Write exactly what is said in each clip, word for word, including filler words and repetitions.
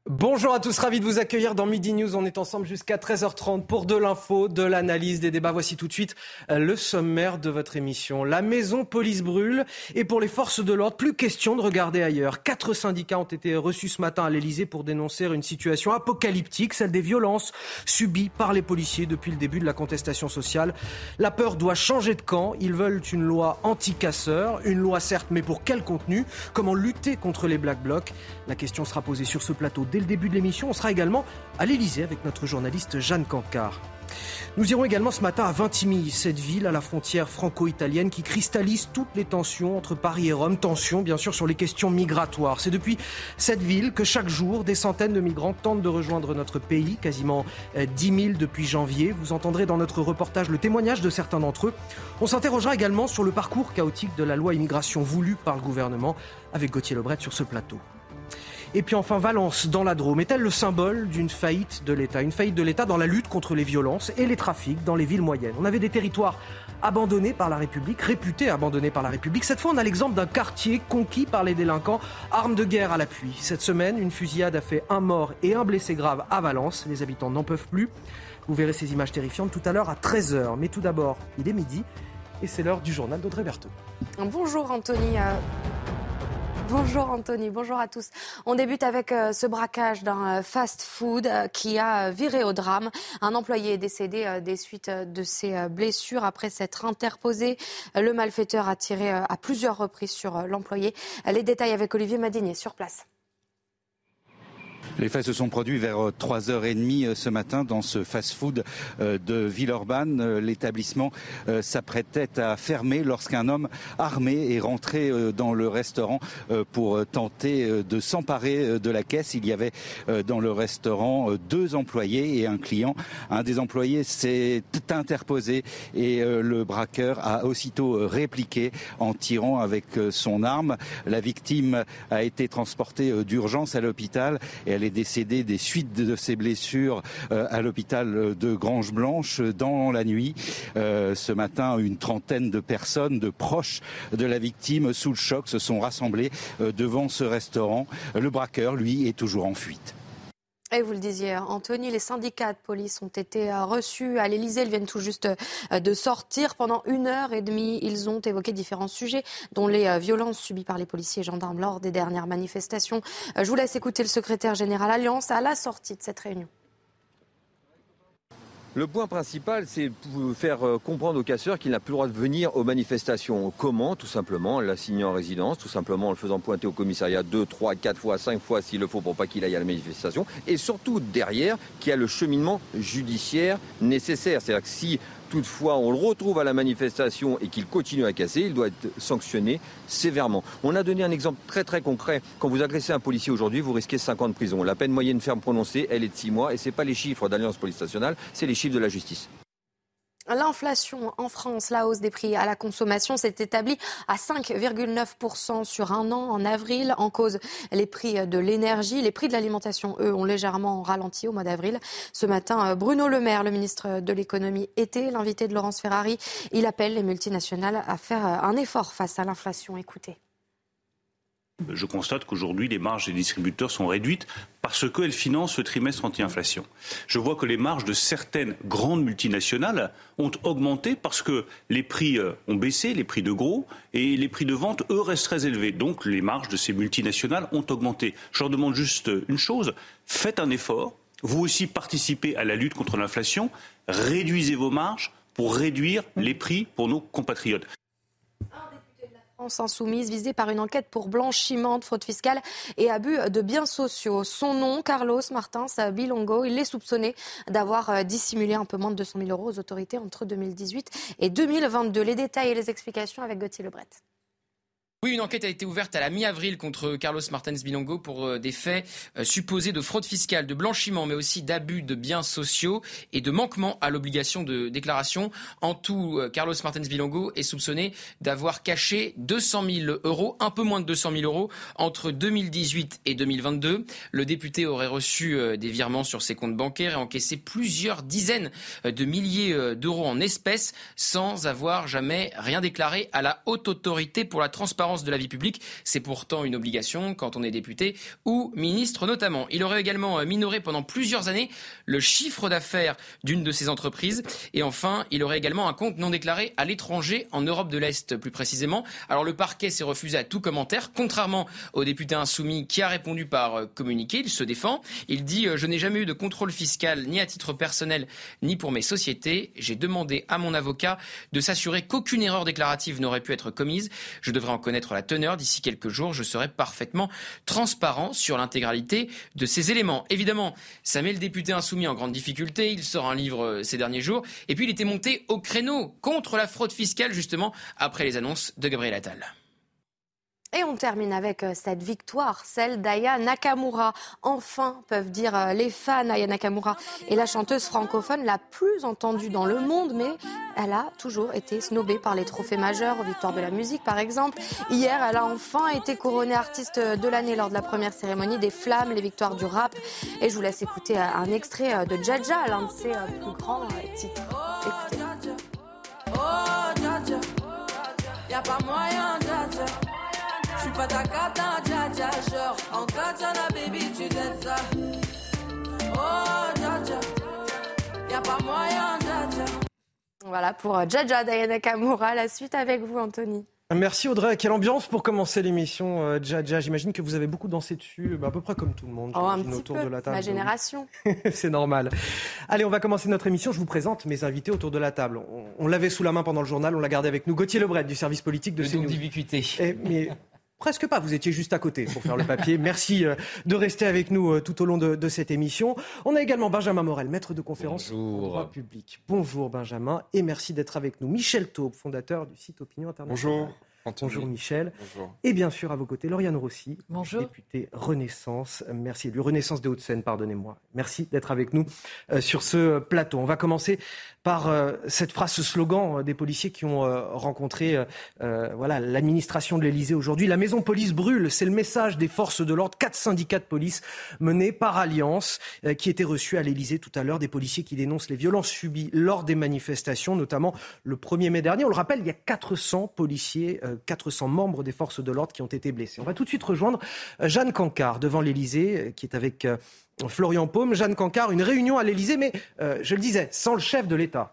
Bonjour à tous, ravi de vous accueillir dans Midi News. On est ensemble jusqu'à treize heures trente pour de l'info, de l'analyse, des débats. Voici tout de suite le sommaire de votre émission. La maison police brûle et pour les forces de l'ordre, plus question de regarder ailleurs. Quatre syndicats ont été reçus ce matin à l'Elysée pour dénoncer une situation apocalyptique, celle des violences subies par les policiers depuis le début de la contestation sociale. La peur doit changer de camp. Ils veulent une loi anti-casseurs, une loi certes, mais pour quel contenu ? Comment lutter contre les Black Blocs ? La question sera posée sur ce plateau dès le début de l'émission. On sera également à l'Elysée avec notre journaliste Jeanne Cancard. Nous irons également ce matin à Vintimille, cette ville à la frontière franco-italienne qui cristallise toutes les tensions entre Paris et Rome. Tensions bien sûr sur les questions migratoires. C'est depuis cette ville que chaque jour, des centaines de migrants tentent de rejoindre notre pays, quasiment dix mille depuis janvier. Vous entendrez dans notre reportage le témoignage de certains d'entre eux. On s'interrogera également sur le parcours chaotique de la loi immigration voulue par le gouvernement avec Gauthier Lebret sur ce plateau. Et puis enfin, Valence, dans la Drôme, est-elle le symbole d'une faillite de l'État ? Une faillite de l'État dans la lutte contre les violences et les trafics dans les villes moyennes. On avait des territoires abandonnés par la République, réputés abandonnés par la République. Cette fois, on a l'exemple d'un quartier conquis par les délinquants, armes de guerre à l'appui. Cette semaine, une fusillade a fait un mort et un blessé grave à Valence. Les habitants n'en peuvent plus. Vous verrez ces images terrifiantes tout à l'heure à treize heures. Mais tout d'abord, il est midi et c'est l'heure du journal d'Audrey Berthaud. Bonjour Anthony. Euh... Bonjour Anthony, bonjour à tous. On débute avec euh, ce braquage d'un euh, fast-food euh, qui a euh, viré au drame. Un employé est décédé euh, des suites euh, de ses euh, blessures après s'être interposé. Le malfaiteur a tiré euh, à plusieurs reprises sur euh, l'employé. Les détails avec Olivier Madinier sur place. Les faits se sont produits vers trois heures trente ce matin dans ce fast-food de Villeurbanne. L'établissement s'apprêtait à fermer lorsqu'un homme armé est rentré dans le restaurant pour tenter de s'emparer de la caisse. Il y avait dans le restaurant deux employés et un client. Un des employés s'est interposé et le braqueur a aussitôt répliqué en tirant avec son arme. La victime a été transportée d'urgence à l'hôpital et elle est décédée des suites de ses blessures à l'hôpital de Grange-Blanche dans la nuit. Euh, ce matin, une trentaine de personnes, de proches de la victime, sous le choc, se sont rassemblées devant ce restaurant. Le braqueur, lui, est toujours en fuite. Et vous le disiez, Anthony, les syndicats de police ont été reçus à l'Elysée. Ils viennent tout juste de sortir. Pendant une heure et demie, ils ont évoqué différents sujets, dont les violences subies par les policiers et gendarmes lors des dernières manifestations. Je vous laisse écouter le secrétaire général Alliance à la sortie de cette réunion. Le point principal, c'est de faire comprendre aux casseurs qu'il n'a plus le droit de venir aux manifestations. Comment ? Tout simplement en l'assignant en résidence, tout simplement en le faisant pointer au commissariat deux, trois, quatre fois, cinq fois s'il le faut pour pas qu'il aille à la manifestation. Et surtout derrière, qu'il y a le cheminement judiciaire nécessaire. C'est-à-dire que si toutefois on le retrouve à la manifestation et qu'il continue à casser, il doit être sanctionné sévèrement. On a donné un exemple très très concret. Quand vous agressez un policier aujourd'hui, vous risquez cinq ans de prison. La peine moyenne ferme prononcée, elle est de six mois et ce n'est pas les chiffres d'Alliance Police Nationale, c'est les chiffres de la justice. L'inflation en France, la hausse des prix à la consommation s'est établie à cinq virgule neuf pour cent sur un an en avril. En cause, les prix de l'énergie. Les prix de l'alimentation, eux, ont légèrement ralenti au mois d'avril. Ce matin, Bruno Le Maire, le ministre de l'économie, était l'invité de Laurence Ferrari. Il appelle les multinationales à faire un effort face à l'inflation. Écoutez. Je constate qu'aujourd'hui, les marges des distributeurs sont réduites parce qu'elles financent le trimestre anti-inflation. Je vois que les marges de certaines grandes multinationales ont augmenté parce que les prix ont baissé, les prix de gros, et les prix de vente, eux, restent très élevés. Donc les marges de ces multinationales ont augmenté. Je leur demande juste une chose, faites un effort, vous aussi participez à la lutte contre l'inflation, réduisez vos marges pour réduire les prix pour nos compatriotes. France insoumise visée par une enquête pour blanchiment de fraude fiscale et abus de biens sociaux. Son nom, Carlos Martins Bilongo, il est soupçonné d'avoir dissimulé un peu moins de deux cent mille euros aux autorités entre deux mille dix-huit et deux mille vingt-deux. Les détails et les explications avec Gauthier Lebret. Oui, une enquête a été ouverte à la mi-avril contre Carlos Martins Bilongo pour des faits supposés de fraude fiscale, de blanchiment, mais aussi d'abus de biens sociaux et de manquement à l'obligation de déclaration. En tout, Carlos Martins Bilongo est soupçonné d'avoir caché deux cent mille euros, un peu moins de deux cent mille euros, entre deux mille dix-huit et deux mille vingt-deux. Le député aurait reçu des virements sur ses comptes bancaires et encaissé plusieurs dizaines de milliers d'euros en espèces sans avoir jamais rien déclaré à la Haute Autorité pour la transparence transparence de la vie publique. C'est pourtant une obligation quand on est député ou ministre notamment. Il aurait également minoré pendant plusieurs années le chiffre d'affaires d'une de ses entreprises. Et enfin, il aurait également un compte non déclaré à l'étranger, en Europe de l'Est plus précisément. Alors le parquet s'est refusé à tout commentaire, contrairement au député insoumis qui a répondu par communiqué. Il se défend. Il dit « Je n'ai jamais eu de contrôle fiscal, ni à titre personnel, ni pour mes sociétés. J'ai demandé à mon avocat de s'assurer qu'aucune erreur déclarative n'aurait pu être commise. Je devrais en connaître la teneur. D'ici quelques jours, je serai parfaitement transparent sur l'intégralité de ces éléments. » Évidemment, ça met le député insoumis en grande difficulté. Il sort un livre ces derniers jours. Et puis, il était monté au créneau contre la fraude fiscale, justement, après les annonces de Gabriel Attal. Et on termine avec cette victoire, celle d'Aya Nakamura. Enfin, peuvent dire les fans, Aya Nakamura est la chanteuse francophone la plus entendue dans le monde, mais elle a toujours été snobée par les trophées majeurs, aux victoires de la musique par exemple. Hier, elle a enfin été couronnée artiste de l'année lors de la première cérémonie des Flammes, les victoires du rap. Et je vous laisse écouter un extrait de Jaja, l'un de ses plus grands titres. Écoutez. Oh, Jaja, y'a pas moyen, Jaja. Je suis pas ta cata, dja dja, genre en katana, baby, tu t'aides ça. Oh, dja dja, y'a pas moyen, dja dja. Voilà pour Jaja d'Aya Nakamura. La suite avec vous, Anthony. Merci Audrey. Quelle ambiance pour commencer l'émission, euh, Jaja. J'imagine que vous avez beaucoup dansé dessus, bah, à peu près comme tout le monde. Oh, un petit autour peu, de la table. ma génération. C'est normal. Allez, on va commencer notre émission. Je vous présente mes invités autour de la table. On, on l'avait sous la main pendant le journal, on l'a gardé avec nous. Gauthier Lebret du service politique de Le CNews. don d'ubiquité. Et, mais... Presque pas, vous étiez juste à côté pour faire le papier. Merci de rester avec nous tout au long de, de cette émission. On a également Benjamin Morel, maître de conférence en droit public. Bonjour Benjamin et merci d'être avec nous. Michel Taube, fondateur du site Opinion Internationale. Bonjour. Anthony. Bonjour Michel. Bonjour. Et bien sûr à vos côtés, Lauriane Rossi, Bonjour. députée Renaissance. Merci, lui Renaissance des Hauts-de-Seine, pardonnez-moi. Merci d'être avec nous euh, sur ce plateau. On va commencer par euh, cette phrase, ce slogan euh, des policiers qui ont euh, rencontré euh, euh, voilà, l'administration de l'Élysée aujourd'hui. La maison police brûle, c'est le message des forces de l'ordre. Quatre syndicats de police menés par Alliance euh, qui étaient reçus à l'Élysée tout à l'heure. Des policiers qui dénoncent les violences subies lors des manifestations, notamment le premier mai dernier. On le rappelle, il y a quatre cents policiers, euh, quatre cents membres des forces de l'ordre qui ont été blessés. On va tout de suite rejoindre euh, Jeanne Cancard devant l'Élysée, euh, qui est avec... Euh, Florian Paume. Jeanne Cancard, une réunion à l'Élysée, mais euh, je le disais, sans le chef de l'État.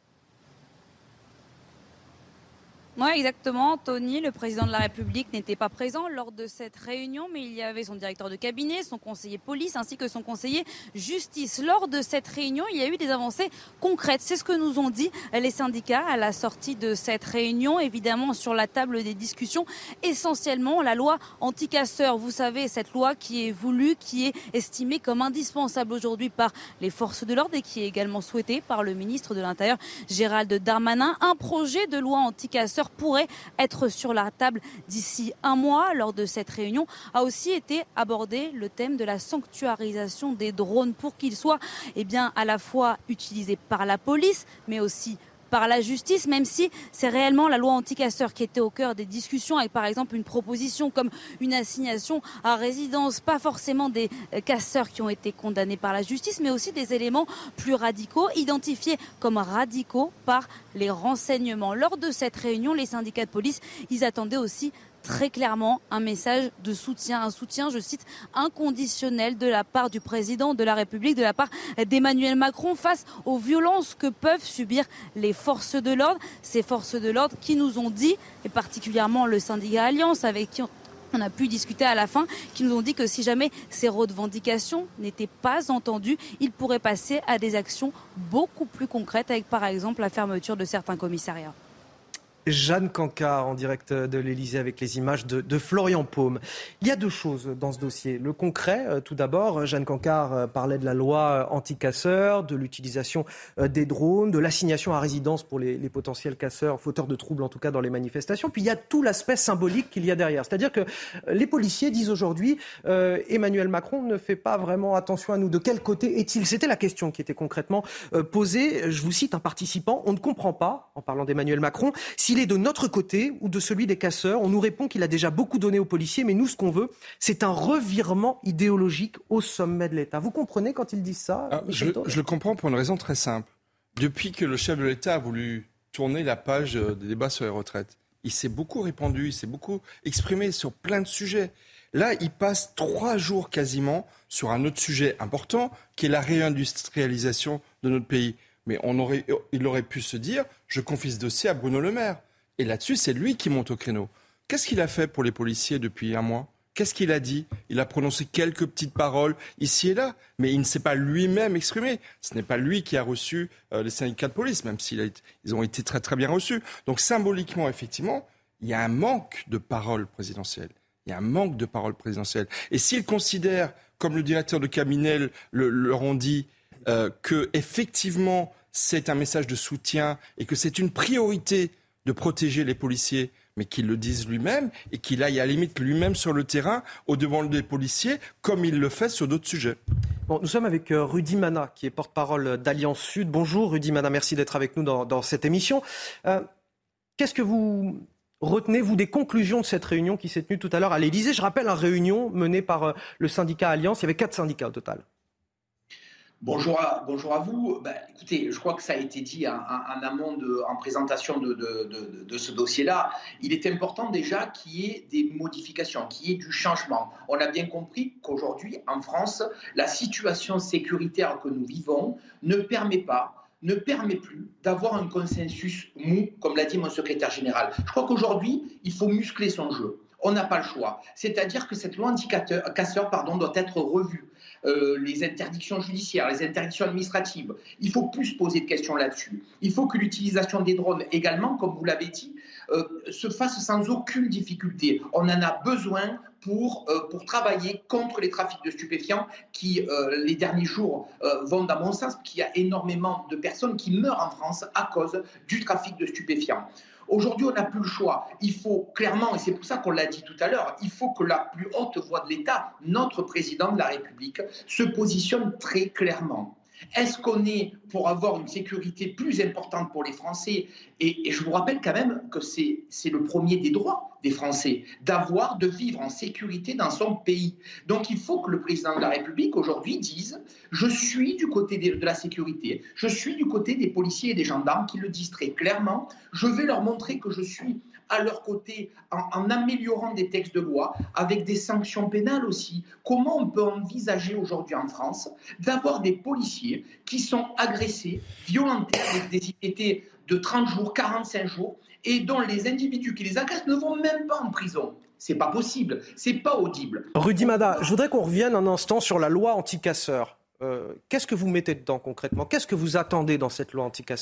Oui, exactement. Tony, le président de la République, n'était pas présent lors de cette réunion, mais il y avait son directeur de cabinet, son conseiller police, ainsi que son conseiller justice. Lors de cette réunion, il y a eu des avancées concrètes. C'est ce que nous ont dit les syndicats à la sortie de cette réunion. Évidemment, sur la table des discussions, essentiellement la loi anti-casseurs. Vous savez, cette loi qui est voulue, qui est estimée comme indispensable aujourd'hui par les forces de l'ordre et qui est également souhaitée par le ministre de l'Intérieur, Gérald Darmanin. Un projet de loi anti-casseurs pourrait être sur la table d'ici un mois. Lors de cette réunion a aussi été abordé le thème de la sanctuarisation des drones pour qu'ils soient eh bien, à la fois utilisés par la police mais aussi par la justice, même si c'est réellement la loi anti-casseurs qui était au cœur des discussions avec par exemple une proposition comme une assignation à résidence, pas forcément des casseurs qui ont été condamnés par la justice, mais aussi des éléments plus radicaux, identifiés comme radicaux par les renseignements. Lors de cette réunion, les syndicats de police, ils attendaient aussi très clairement un message de soutien, un soutien, je cite, inconditionnel de la part du président de la République, de la part d'Emmanuel Macron face aux violences que peuvent subir les forces de l'ordre. Ces forces de l'ordre qui nous ont dit, et particulièrement le syndicat Alliance avec qui on On a pu discuter à la fin, qui nous ont dit que si jamais ces revendications n'étaient pas entendues, ils pourraient passer à des actions beaucoup plus concrètes avec par exemple la fermeture de certains commissariats. Jeanne Cancard en direct de l'Élysée avec les images de, de Florian Paume. Il y a deux choses dans ce dossier. Le concret, euh, tout d'abord, Jeanne Cancard euh, parlait de la loi anti-casseurs, de l'utilisation euh, des drones, de l'assignation à résidence pour les, les potentiels casseurs, fauteurs de troubles en tout cas dans les manifestations. Puis il y a tout l'aspect symbolique qu'il y a derrière. C'est-à-dire que euh, les policiers disent aujourd'hui euh, Emmanuel Macron ne fait pas vraiment attention à nous. De quel côté est-il ? C'était la question qui était concrètement euh, posée. Je vous cite un participant. On ne comprend pas, en parlant d'Emmanuel Macron, s'il est de notre côté ou de celui des casseurs. On nous répond qu'il a déjà beaucoup donné aux policiers, mais nous, ce qu'on veut, c'est un revirement idéologique au sommet de l'État. Vous comprenez quand ils disent ça ? ah, je, je le comprends pour une raison très simple. Depuis que le chef de l'État a voulu tourner la page des débats sur les retraites, il s'est beaucoup répandu, il s'est beaucoup exprimé sur plein de sujets. Là, il passe trois jours quasiment sur un autre sujet important, qui est la réindustrialisation de notre pays. Mais on aurait, il aurait pu se dire, je confie ce dossier à Bruno Le Maire. Et là-dessus, c'est lui qui monte au créneau. Qu'est-ce qu'il a fait pour les policiers depuis un mois ? Qu'est-ce qu'il a dit ? Il a prononcé quelques petites paroles ici et là, mais il ne s'est pas lui-même exprimé. Ce n'est pas lui qui a reçu euh, les syndicats de police, même s'ils ont été très très bien reçus. Donc symboliquement, effectivement, il y a un manque de paroles présidentielles. Il y a un manque de paroles présidentielles. Et s'il considère, comme le directeur de cabinet le, leur ont dit, euh, que effectivement c'est un message de soutien et que c'est une priorité de protéger les policiers, mais qu'il le dise lui-même et qu'il aille à la limite lui-même sur le terrain au-devant des policiers, comme il le fait sur d'autres sujets. Bon, nous sommes avec euh, Rudy Mana, qui est porte-parole d'Alliance Sud. Bonjour Rudy Mana, merci d'être avec nous dans, dans cette émission. Euh, qu'est-ce que vous retenez, vous, des conclusions de cette réunion qui s'est tenue tout à l'heure à l'Élysée ? Je rappelle, une réunion menée par euh, le syndicat Alliance. Il y avait quatre syndicats au total. Bonjour à, bonjour à vous. Ben, écoutez, je crois que ça a été dit en, en, en amont, de, en présentation de, de, de, de ce dossier-là. Il est important déjà qu'il y ait des modifications, qu'il y ait du changement. On a bien compris qu'aujourd'hui, en France, la situation sécuritaire que nous vivons ne permet pas, ne permet plus d'avoir un consensus mou, comme l'a dit mon secrétaire général. Je crois qu'aujourd'hui, il faut muscler son jeu. On n'a pas le choix. C'est-à-dire que cette loi anti-casseurs pardon, doit être revue. Euh, les interdictions judiciaires, les interdictions administratives. Il faut plus se poser de questions là-dessus. Il faut que l'utilisation des drones également, comme vous l'avez dit, euh, se fasse sans aucune difficulté. On en a besoin pour, euh, pour travailler contre les trafics de stupéfiants qui, euh, les derniers jours, euh, vont dans mon sens, qu'il y a énormément de personnes qui meurent en France à cause du trafic de stupéfiants. Aujourd'hui, on n'a plus le choix. Il faut clairement, et c'est pour ça qu'on l'a dit tout à l'heure, il faut que la plus haute voix de l'État, notre président de la République, se positionne très clairement. Est-ce qu'on est pour avoir une sécurité plus importante pour les Français ? Et, et je vous rappelle quand même que c'est, c'est le premier des droits des Français, d'avoir, de vivre en sécurité dans son pays. Donc il faut que le président de la République aujourd'hui dise « je suis du côté de, de la sécurité, je suis du côté des policiers et des gendarmes » qui le disent très clairement. Je vais leur montrer que je suis à leur côté en, en améliorant des textes de loi, avec des sanctions pénales aussi. Comment on peut envisager aujourd'hui en France d'avoir des policiers qui sont agressés, violentés avec des I T T de trente jours, quarante-cinq jours, et dont les individus qui les agressent ne vont même pas en prison ? C'est pas possible, c'est pas audible. Rudy Mana, je voudrais qu'on revienne un instant sur la loi anti-casseurs. Euh, qu'est-ce que vous mettez dedans concrètement ? Qu'est-ce que vous attendez dans cette loi anti-casseurs ?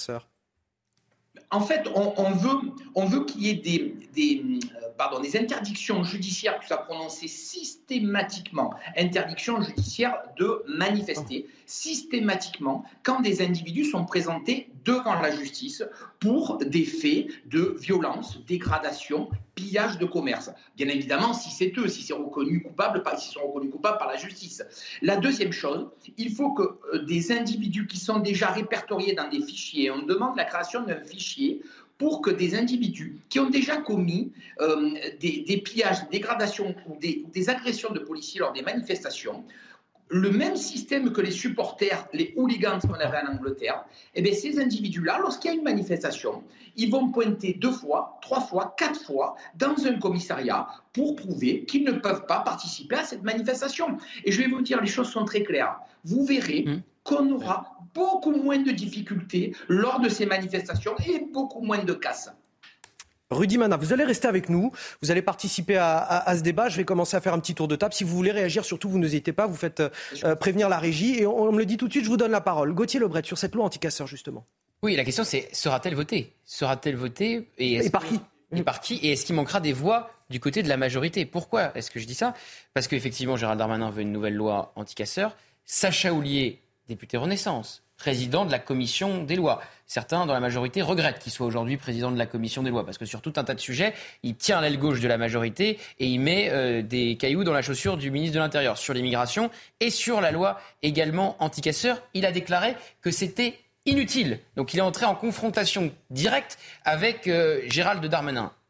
En fait, on, on veut, on veut qu'il y ait des, des, euh, pardon, des interdictions judiciaires qui soient prononcées systématiquement. Interdiction judiciaire de manifester systématiquement quand des individus sont présentés devant la justice pour des faits de violence, dégradation, pillage de commerce. Bien évidemment, si c'est eux, si c'est reconnu coupable, pas s'ils sont reconnus coupables par la justice. La deuxième chose, il faut que euh, des individus qui sont déjà répertoriés dans des fichiers, on demande la création d'un fichier pour que des individus qui ont déjà commis euh, des, des pillages, des dégradations ou des, ou des agressions de policiers lors des manifestations, le même système que les supporters, les hooligans qu'on avait en Angleterre, eh bien ces individus-là, lorsqu'il y a une manifestation, ils vont pointer deux fois, trois fois, quatre fois dans un commissariat pour prouver qu'ils ne peuvent pas participer à cette manifestation. Et je vais vous dire, les choses sont très claires. Vous verrez mmh. qu'on aura beaucoup moins de difficultés lors de ces manifestations et beaucoup moins de casse. Rudy Mana, vous allez rester avec nous, vous allez participer à, à, à ce débat. Je vais commencer à faire un petit tour de table. Si vous voulez réagir, surtout, vous n'hésitez pas, vous faites euh, prévenir la régie. Et on, on me le dit tout de suite, je vous donne la parole. Gauthier Lebret, sur cette loi anti-casseurs, justement. Oui, la question c'est, sera-t-elle votée ? Sera-t-elle votée et, et par qui ? Et par qui ? Et est-ce qu'il manquera des voix du côté de la majorité ? Pourquoi est-ce que je dis ça ? Parce qu'effectivement, Gérald Darmanin veut une nouvelle loi anti-casseurs. Sacha Houlié, député Renaissance, président de la commission des lois. Certains, dans la majorité, regrettent qu'il soit aujourd'hui président de la commission des lois, parce que sur tout un tas de sujets, il tient l'aile gauche de la majorité et il met euh, des cailloux dans la chaussure du ministre de l'Intérieur sur l'immigration et sur la loi également anti-casseurs. Il a déclaré que c'était inutile. Donc il est entré en confrontation directe avec euh, Gérald Darmanin.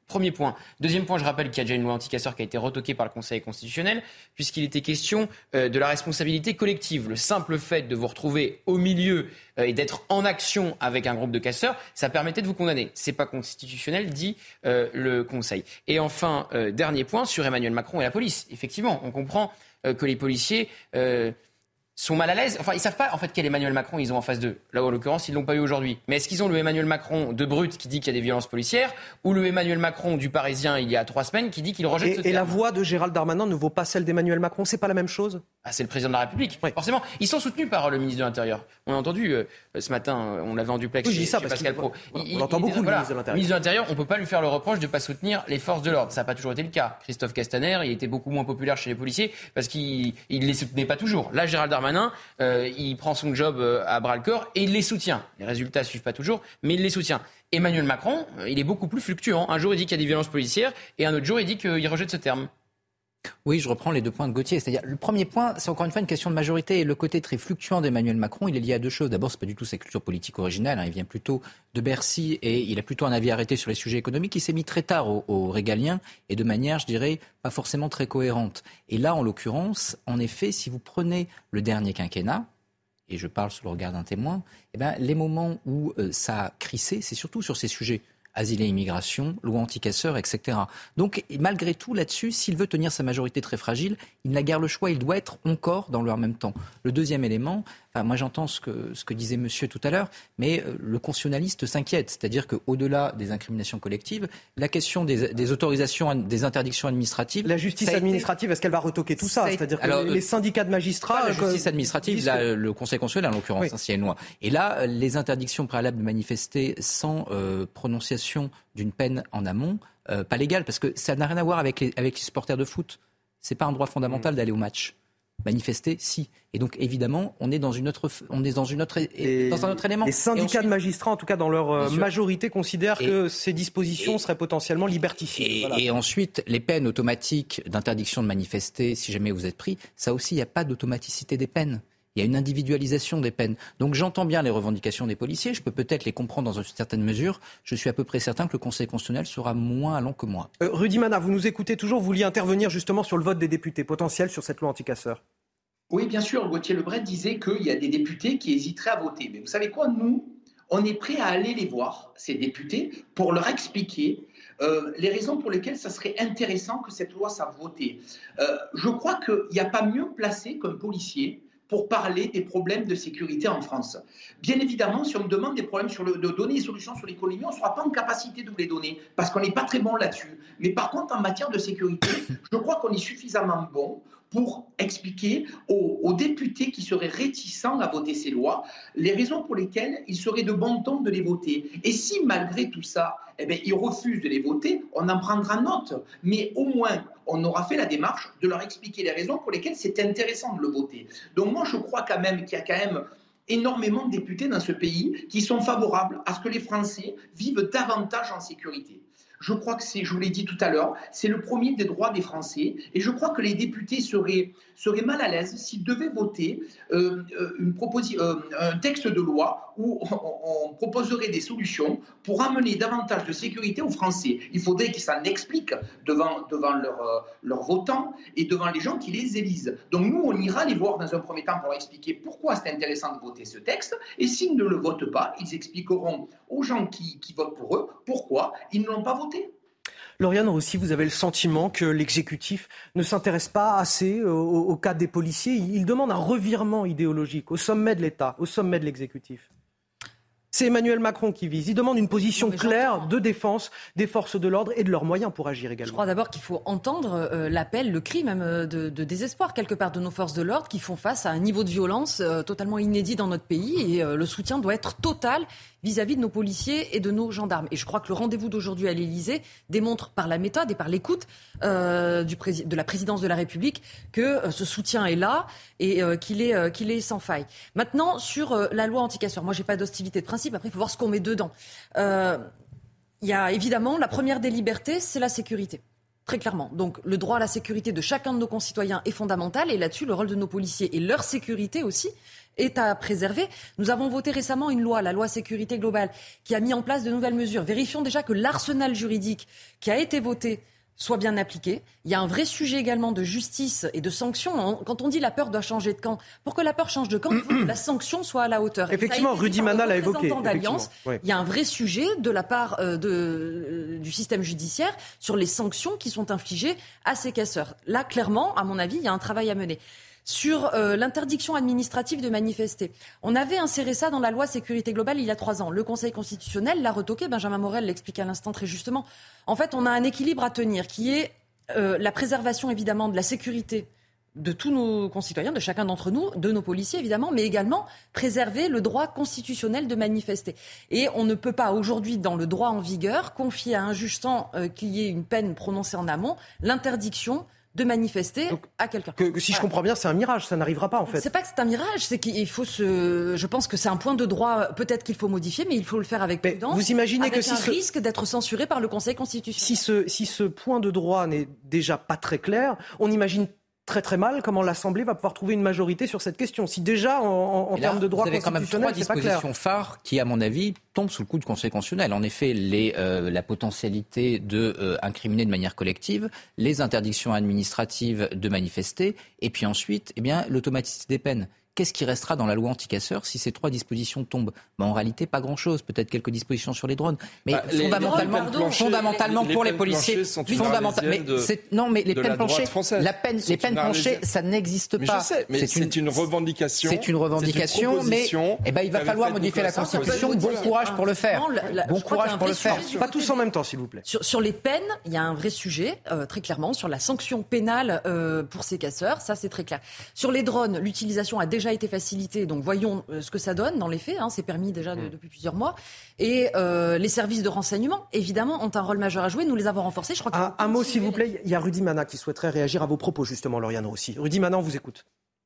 Premier point. Deuxième point, je rappelle qu'il y a déjà une loi anti-casseurs qui a été retoquée par le Conseil constitutionnel, puisqu'il était question euh, de la responsabilité collective. Le simple fait de vous retrouver au milieu euh, et d'être en action avec un groupe de casseurs, ça permettait de vous condamner. C'est pas constitutionnel, dit euh, le Conseil. Et enfin, euh, dernier point, sur Emmanuel Macron et la police. Effectivement, on comprend euh, que les policiers... Euh, sont mal à l'aise. Enfin, ils savent pas en fait quel Emmanuel Macron ils ont en face d'eux. Là, en l'occurrence, ils l'ont pas eu aujourd'hui. Mais est-ce qu'ils ont le Emmanuel Macron de brut qui dit qu'il y a des violences policières ou le Emmanuel Macron du Parisien il y a trois semaines qui dit qu'il rejette et, ce et terme. la voix de Gérald Darmanin ne vaut pas celle d'Emmanuel Macron. C'est pas la même chose. Ah, c'est le président de la République, oui. Forcément. Ils sont soutenus par le ministre de l'Intérieur. On a entendu euh, ce matin, euh, on l'avait en duplex oui, chez, je dis ça chez parce Pascal Pro. On, il, on l'entend il, beaucoup, il, le voilà, ministre de l'Intérieur. Le ministre de l'Intérieur, on ne peut pas lui faire le reproche de ne pas soutenir les forces de l'ordre. Ça n'a pas toujours été le cas. Christophe Castaner, il était beaucoup moins populaire chez les policiers parce qu'il ne les soutenait pas toujours. Là, Gérald Darmanin, euh, il prend son job à bras-le-corps et il les soutient. Les résultats ne suivent pas toujours, mais il les soutient. Emmanuel Macron, il est beaucoup plus fluctuant. Un jour, il dit qu'il y a des violences policières et un autre jour, il dit qu'il rejette ce terme. Oui, je reprends les deux points de Gauthier. C'est-à-dire, le premier point, c'est encore une fois une question de majorité. Et le côté très fluctuant d'Emmanuel Macron, il est lié à deux choses. D'abord, c'est pas du tout sa culture politique originale. Hein. Il vient plutôt de Bercy et il a plutôt un avis arrêté sur les sujets économiques. Il s'est mis très tard au, au régalien et de manière, je dirais, pas forcément très cohérente. Et là, en l'occurrence, en effet, si vous prenez le dernier quinquennat, et je parle sous le regard d'un témoin, eh ben, les moments où euh, ça a crissé, c'est surtout sur ces sujets. Asile et immigration, loi anti-casseurs, et cetera. Donc, malgré tout, là-dessus, s'il veut tenir sa majorité très fragile, il n'a guère le choix, il doit être encore dans le en même temps. Le deuxième élément, enfin, moi j'entends ce que, ce que disait monsieur tout à l'heure, mais euh, le constitutionnaliste s'inquiète, c'est-à-dire qu'au-delà des incriminations collectives, la question des, des autorisations, des interdictions administratives... La justice administrative, été... est-ce qu'elle va retoquer tout ça, ça C'est-à-dire que Alors, les syndicats de magistrats... Pas la justice administrative, là, que... le Conseil constitutionnel en l'occurrence, oui. hein, s'il y a une loi. Et là, les interdictions préalables de manifester sans euh, prononciation d'une peine en amont, euh, pas légale, parce que ça n'a rien à voir avec les, avec les supporters de foot. C'est pas un droit fondamental mmh. d'aller au match. Manifester, si. Et donc, évidemment, on est dans une autre, on est dans une autre, et dans un autre élément. Les syndicats ensuite, de magistrats, en tout cas dans leur euh, majorité, considèrent et, que ces dispositions et, seraient potentiellement liberticides. Et, voilà. et ensuite, les peines automatiques d'interdiction de manifester, si jamais vous êtes pris, ça aussi, il n'y a pas d'automaticité des peines. Il y a une individualisation des peines. Donc j'entends bien les revendications des policiers, je peux peut-être les comprendre dans une certaine mesure. Je suis à peu près certain que le Conseil constitutionnel sera moins allant que moi. Euh, Rudy Mana, vous nous écoutez toujours, vous vouliez intervenir justement sur le vote des députés potentiels sur cette loi anti-casseurs. Oui, bien sûr, Gauthier Lebret disait qu'il y a des députés qui hésiteraient à voter. Mais vous savez quoi, nous, on est prêts à aller les voir, ces députés, pour leur expliquer Euh, les raisons pour lesquelles ça serait intéressant que cette loi soit votée. Euh, je crois qu'il n'y a pas mieux placé qu'un policier pour parler des problèmes de sécurité en France. Bien évidemment, si on me demande des problèmes sur le, de donner des solutions sur l'économie, on ne sera pas en capacité de vous les donner, parce qu'on n'est pas très bon là-dessus. Mais par contre, en matière de sécurité, je crois qu'on est suffisamment bon pour expliquer aux, aux députés qui seraient réticents à voter ces lois les raisons pour lesquelles il serait de bon ton de les voter. Et si, malgré tout ça, eh bien, ils refusent de les voter, on en prendra note. Mais au moins, on aura fait la démarche de leur expliquer les raisons pour lesquelles c'est intéressant de le voter. Donc moi, je crois quand même qu'il y a quand même énormément de députés dans ce pays qui sont favorables à ce que les Français vivent davantage en sécurité. Je crois que c'est, je vous l'ai dit tout à l'heure, c'est le premier des droits des Français. Et je crois que les députés seraient, seraient mal à l'aise s'ils devaient voter euh, une proposi- euh, un texte de loi où on, on proposerait des solutions pour amener davantage de sécurité aux Français. Il faudrait qu'ils s'en expliquent devant, devant leurs euh, leur votants et devant les gens qui les élisent. Donc nous, on ira les voir dans un premier temps pour leur expliquer pourquoi c'est intéressant de voter ce texte. Et s'ils ne le votent pas, ils expliqueront aux gens qui, qui votent pour eux pourquoi ils ne l'ont pas voté. Lauriane Roussi, vous avez le sentiment que l'exécutif ne s'intéresse pas assez au, au cas des policiers. Il demande un revirement idéologique au sommet de l'État, au sommet de l'exécutif. C'est Emmanuel Macron qui vise. Il demande une position claire de défense des forces de l'ordre et de leurs moyens pour agir également. Je crois d'abord qu'il faut entendre euh, l'appel, le cri même euh, de, de désespoir quelque part de nos forces de l'ordre qui font face à un niveau de violence euh, totalement inédit dans notre pays et euh, le soutien doit être total vis-à-vis de nos policiers et de nos gendarmes. Et je crois que le rendez-vous d'aujourd'hui à l'Élysée démontre par la méthode et par l'écoute euh, du pré- de la présidence de la République que euh, ce soutien est là et euh, qu'il est, euh, qu'il est sans faille. Maintenant, sur euh, la loi anti-casseurs, moi j'ai pas d'hostilité de principe, après il faut voir ce qu'on met dedans. Il euh, y a évidemment la première des libertés, c'est la sécurité. Très clairement. Donc le droit à la sécurité de chacun de nos concitoyens est fondamental et là-dessus, le rôle de nos policiers et leur sécurité aussi est à préserver. Nous avons voté récemment une loi, la loi sécurité globale, qui a mis en place de nouvelles mesures. Vérifions déjà que l'arsenal juridique qui a été voté soit bien appliqué. Il y a un vrai sujet également de justice et de sanctions. Quand on dit la peur doit changer de camp, pour que la peur change de camp, il faut que la sanction soit à la hauteur. Effectivement, Rudy Mana l'a évoqué. Oui. Il y a un vrai sujet de la part euh, de, euh, du système judiciaire sur les sanctions qui sont infligées à ces casseurs. Là, clairement, à mon avis, il y a un travail à mener. Sur euh, l'interdiction administrative de manifester. On avait inséré ça dans la loi sécurité globale il y a trois ans. Le Conseil constitutionnel l'a retoqué, Benjamin Morel l'explique à l'instant très justement. En fait, on a un équilibre à tenir qui est euh, la préservation évidemment de la sécurité de tous nos concitoyens, de chacun d'entre nous, de nos policiers évidemment, mais également préserver le droit constitutionnel de manifester. Et on ne peut pas aujourd'hui, dans le droit en vigueur, confier à un juge sans euh, qu'il y ait une peine prononcée en amont, l'interdiction de manifester Donc, à quelqu'un. Que, que si voilà. je comprends bien, c'est un mirage, ça n'arrivera pas en fait. C'est pas que c'est un mirage, c'est qu'il faut se. Je pense que c'est un point de droit, peut-être qu'il faut modifier, mais il faut le faire avec prudence. Vous imaginez avec que si un ce... risque d'être censuré par le Conseil constitutionnel. Si ce, si ce point de droit n'est déjà pas très clair, on imagine très très mal comment l'Assemblée va pouvoir trouver une majorité sur cette question. Si déjà, en, en, en termes de droit constitutionnel, c'est pas clair. Vous avez quand même trois dispositions phares qui, à mon avis, tombent sous le coup du Conseil constitutionnel. En effet, les, euh, la potentialité de euh, incriminer de manière collective, les interdictions administratives de manifester, et puis ensuite, eh bien, l'automaticité des peines. Qu'est-ce qui restera dans la loi anti-casseurs si ces trois dispositions tombent ? Ben, en réalité, pas grand-chose. Peut-être quelques dispositions sur les drones. Mais bah, fondamentalement, les, les fondamentalement les, pour les, les policiers, fondamentalement, mais c'est, non, mais les peines planchées, la peine, les peines planchées, ça n'existe pas. Je sais, mais c'est, c'est une, une revendication. C'est une revendication, une mais eh ben, il va falloir modifier la Constitution. Bon courage pour le faire. Bon courage pour le faire. Pas tous en même temps, s'il vous plaît. Sur les peines, il y a un vrai sujet, très clairement, sur la sanction pénale pour ces casseurs. Ça, c'est très clair. Sur les drones, l'utilisation a déjà été facilitée, donc voyons euh, ce que ça donne dans les faits, hein, c'est permis déjà de, depuis plusieurs mois, et euh, les services de renseignement, évidemment, ont un rôle majeur à jouer, nous les avons renforcés. Je crois un, un mot s'il vous plaît, il y a Rudy Mana qui souhaiterait réagir à vos propos justement, Lauriane Rossi. Rudy Mana, on vous écoute.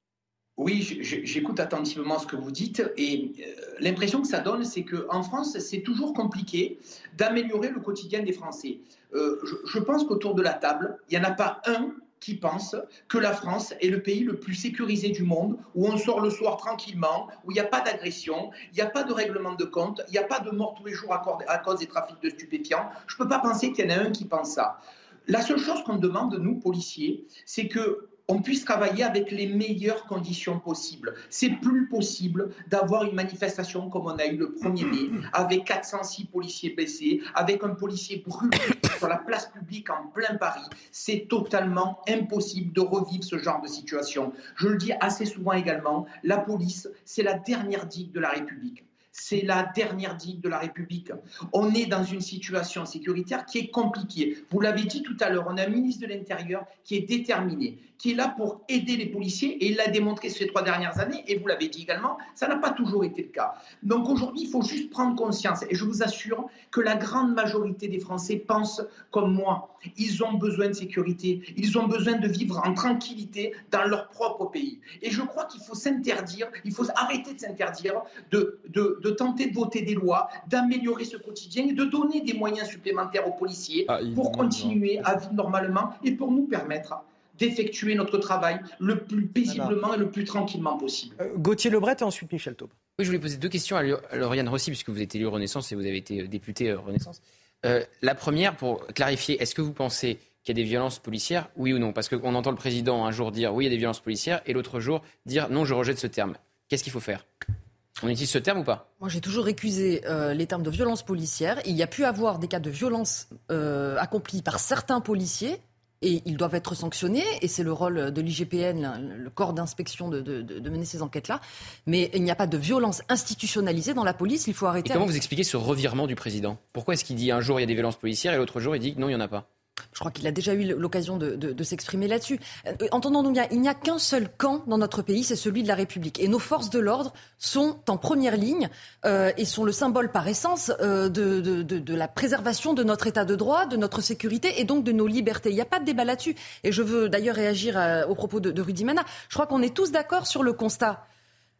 Oui, j'écoute attentivement ce que vous dites et l'impression que ça donne, c'est qu'en France, c'est toujours compliqué d'améliorer le quotidien des Français. Euh, je, je pense qu'autour de la table, il n'y en a pas un qui pense que la France est le pays le plus sécurisé du monde, où on sort le soir tranquillement, où il n'y a pas d'agression, il n'y a pas de règlement de compte, il n'y a pas de mort tous les jours à cause des trafics de stupéfiants. Je ne peux pas penser qu'il y en a un qui pense ça. La seule chose qu'on demande, nous, policiers, c'est que on puisse travailler avec les meilleures conditions possibles. C'est plus possible d'avoir une manifestation comme on a eu le premier mai, avec quatre cent six policiers blessés, avec un policier brûlé sur la place publique en plein Paris. C'est totalement impossible de revivre ce genre de situation. Je le dis assez souvent également, la police, c'est la dernière digue de la République. C'est la dernière digue de la République. On est dans une situation sécuritaire qui est compliquée. Vous l'avez dit tout à l'heure, on a un ministre de l'Intérieur qui est déterminé, qui est là pour aider les policiers, et il l'a démontré ces trois dernières années, et vous l'avez dit également, ça n'a pas toujours été le cas. Donc aujourd'hui, il faut juste prendre conscience, et je vous assure que la grande majorité des Français pensent comme moi. Ils ont besoin de sécurité, ils ont besoin de vivre en tranquillité dans leur propre pays. Et je crois qu'il faut s'interdire, il faut arrêter de s'interdire, de, de, de tenter de voter des lois, d'améliorer ce quotidien et de donner des moyens supplémentaires aux policiers ah, pour continuer à vivre normalement et pour nous permettre d'effectuer notre travail le plus paisiblement voilà. et le plus tranquillement possible. Euh, Gauthier Lebret et ensuite Michel Taube. Oui, je voulais poser deux questions à Lauriane Rossi, puisque vous êtes élu Renaissance et vous avez été député Renaissance. Euh, la première, pour clarifier, est-ce que vous pensez qu'il y a des violences policières, oui ou non ? Parce qu'on entend le président un jour dire oui, il y a des violences policières, et l'autre jour dire non, je rejette ce terme. Qu'est-ce qu'il faut faire ? On utilise ce terme ou pas ? Moi, j'ai toujours récusé euh, les termes de violence policière. Il y a pu avoir des cas de violence euh, accomplis par certains policiers, et ils doivent être sanctionnés, et c'est le rôle de l'I G P N, le corps d'inspection, de, de, de mener ces enquêtes-là. Mais il n'y a pas de violence institutionnalisée dans la police, il faut arrêter. Et comment avec... vous expliquez ce revirement du président ? Pourquoi est-ce qu'il dit un jour il y a des violences policières, et l'autre jour il dit que non, il n'y en a pas ? Je crois qu'il a déjà eu l'occasion de, de, de s'exprimer là-dessus. Euh, entendons-nous bien, il n'y a qu'un seul camp dans notre pays, c'est celui de la République. Et nos forces de l'ordre sont en première ligne euh, et sont le symbole par essence euh, de, de, de, de la préservation de notre état de droit, de notre sécurité et donc de nos libertés. Il n'y a pas de débat là-dessus. Et je veux d'ailleurs réagir à, aux propos de, de Rudy Mana. Je crois qu'on est tous d'accord sur le constat.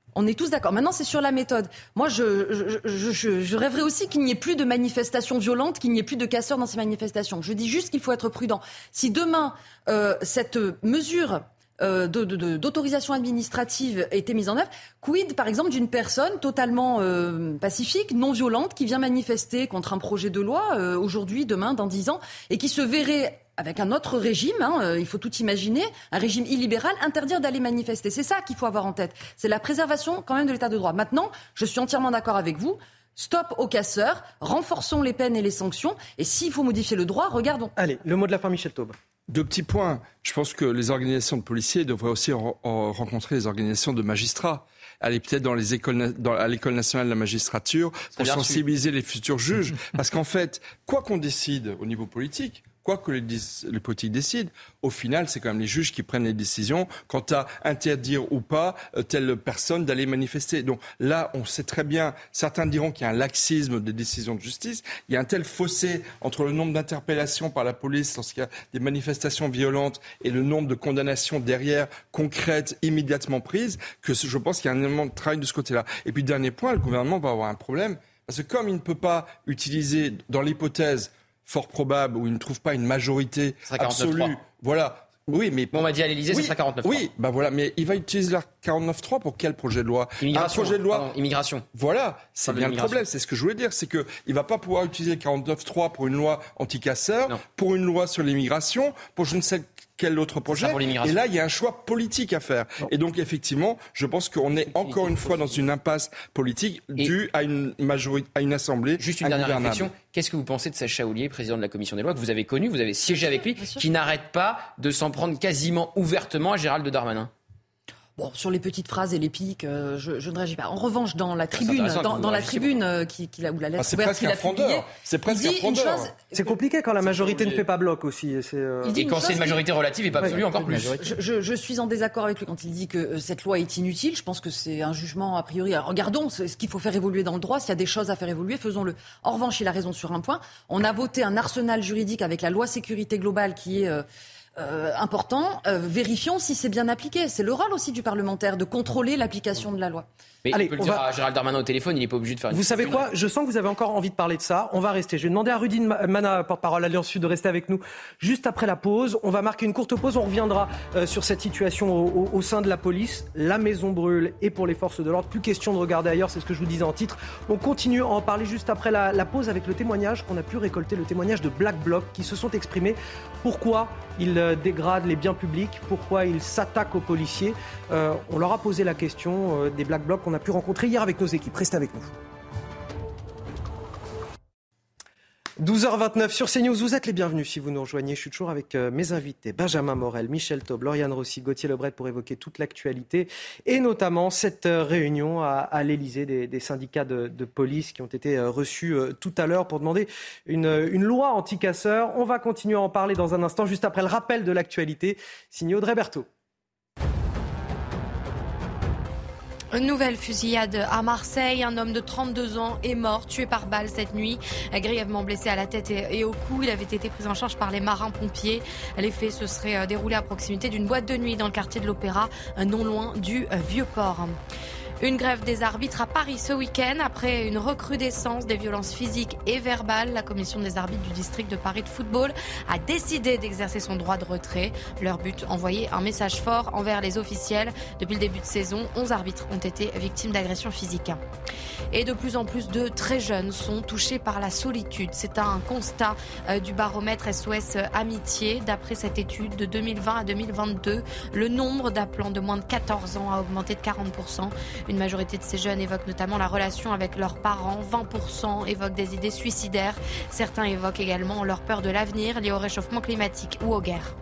On est tous d'accord. Maintenant, c'est sur la méthode. Moi, je, je, je, je, je rêverais aussi qu'il n'y ait plus de manifestations violentes, qu'il n'y ait plus de casseurs dans ces manifestations. Je dis juste qu'il faut être prudent. Si demain, euh, cette mesure euh, de, de, de, d'autorisation administrative était mise en œuvre, quid, par exemple, d'une personne totalement euh, pacifique, non violente, qui vient manifester contre un projet de loi euh, aujourd'hui, demain, dans dix ans, et qui se verrait avec un autre régime, hein, euh, il faut tout imaginer, un régime illibéral, interdire d'aller manifester. C'est ça qu'il faut avoir en tête. C'est la préservation quand même de l'état de droit. Maintenant, je suis entièrement d'accord avec vous. Stop aux casseurs, renforçons les peines et les sanctions. Et s'il faut modifier le droit, regardons. Allez, le mot de la fin, Michel Taube. Deux petits points. Je pense que les organisations de policiers devraient aussi re- rencontrer les organisations de magistrats. Aller peut-être dans les écoles, dans, à l'École nationale de la magistrature pour sensibiliser su. les futurs juges. Parce qu'en fait, quoi qu'on décide au niveau politique, quoi que les, les politiques décident, au final, c'est quand même les juges qui prennent les décisions quant à interdire ou pas telle personne d'aller manifester. Donc là, on sait très bien, certains diront qu'il y a un laxisme des décisions de justice. Il y a un tel fossé entre le nombre d'interpellations par la police lorsqu'il y a des manifestations violentes et le nombre de condamnations derrière, concrètes, immédiatement prises, que je pense qu'il y a un élément de travail de ce côté-là. Et puis, dernier point, le gouvernement va avoir un problème, parce que comme il ne peut pas utiliser, dans l'hypothèse fort probable où il ne trouve pas une majorité absolue. Voilà. Oui, mais bon, on m'a dit à l'Élysée, oui, ce sera quarante-neuf trois. Oui, bah voilà, mais il va utiliser la quarante-neuf trois pour quel projet de loi ? Immigration. Un projet de loi. Pardon, immigration. Voilà, c'est bien le problème, c'est ce que je voulais dire, c'est que il va pas pouvoir utiliser le quarante-neuf trois pour une loi anti-casseurs, pour une loi sur l'immigration, pour je ne sais quel autre projet. Et là, il y a un choix politique à faire. Non. Et donc, effectivement, je pense qu'on est encore une fois dans une impasse politique due à une majorité, à une assemblée. Juste une dernière réflexion. Qu'est-ce que vous pensez de Sacha Houlier, président de la Commission des lois, que vous avez connu, vous avez siégé avec lui, qui n'arrête pas de s'en prendre quasiment ouvertement à Gérald Darmanin ? Bon, sur les petites phrases et les pics, euh, je, je ne réagis pas. En revanche, dans la tribune, dans, dans la tribune euh, qui, qui a, où la lettre ah, ouverte qu'il a publiée, c'est presque un frondeur. Chose... C'est compliqué quand la majorité ne fait pas bloc aussi. C'est euh... Et quand c'est une majorité relative et pas absolue, ouais, encore plus. Je, je, je suis en désaccord avec lui quand il dit que euh, cette loi est inutile. Je pense que c'est un jugement a priori. Alors, regardons ce qu'il faut faire évoluer dans le droit. S'il y a des choses à faire évoluer, faisons-le. En revanche, il a raison sur un point. On a voté un arsenal juridique avec la loi sécurité globale qui est... Euh, Euh, important, euh, vérifions si c'est bien appliqué. C'est le rôle aussi du parlementaire de contrôler l'application de la loi. Mais Allez, il peut le dire va... à Gérald Darmanin au téléphone, il n'est pas obligé de faire une... Vous savez quoi ? Je sens que vous avez encore envie de parler de ça. On va rester. Je vais demander à Rudy Mana, porte-parole Alliance Sud, de rester avec nous juste après la pause. On va marquer une courte pause. On reviendra euh, sur cette situation au, au, au sein de la police. La maison brûle et pour les forces de l'ordre, plus question de regarder ailleurs. C'est ce que je vous disais en titre. On continue à en parler juste après la, la pause avec le témoignage qu'on a pu récolter, le témoignage de Black Bloc qui se sont exprimés. Pourquoi ils euh, dégradent les biens publics ? Pourquoi ils s'attaquent aux policiers ? euh, On leur a posé la question euh, des Black Blocs qu'on a pu rencontrer hier avec nos équipes. Restez avec nous. douze heures vingt-neuf sur CNews, vous êtes les bienvenus si vous nous rejoignez. Je suis toujours avec euh, mes invités, Benjamin Morel, Michel Taube, Lauriane Rossi, Gauthier Lebret pour évoquer toute l'actualité et notamment cette euh, réunion à, à l'Élysée des, des syndicats de, de police qui ont été euh, reçus euh, tout à l'heure pour demander une, une loi anti-casseurs. On va continuer à en parler dans un instant, juste après le rappel de l'actualité, signé Audrey Berthaud. Une nouvelle fusillade à Marseille. Un homme de trente-deux ans est mort, tué par balle cette nuit. Grièvement blessé à la tête et au cou, il avait été pris en charge par les marins-pompiers. Les faits se seraient déroulés à proximité d'une boîte de nuit dans le quartier de l'Opéra, non loin du Vieux-Port. Une grève des arbitres à Paris ce week-end. Après une recrudescence des violences physiques et verbales, la commission des arbitres du district de Paris de football a décidé d'exercer son droit de retrait. Leur but, envoyer un message fort envers les officiels. Depuis le début de saison, onze arbitres ont été victimes d'agressions physiques. Et de plus en plus de très jeunes sont touchés par la solitude. C'est un constat du baromètre S O S Amitié. D'après cette étude de deux mille vingt à deux mille vingt-deux, le nombre d'appelants de moins de quatorze ans a augmenté de quarante pour cent. Une majorité de ces jeunes évoquent notamment la relation avec leurs parents. vingt pour cent évoquent des idées suicidaires. Certains évoquent également leur peur de l'avenir liée au réchauffement climatique ou aux guerres.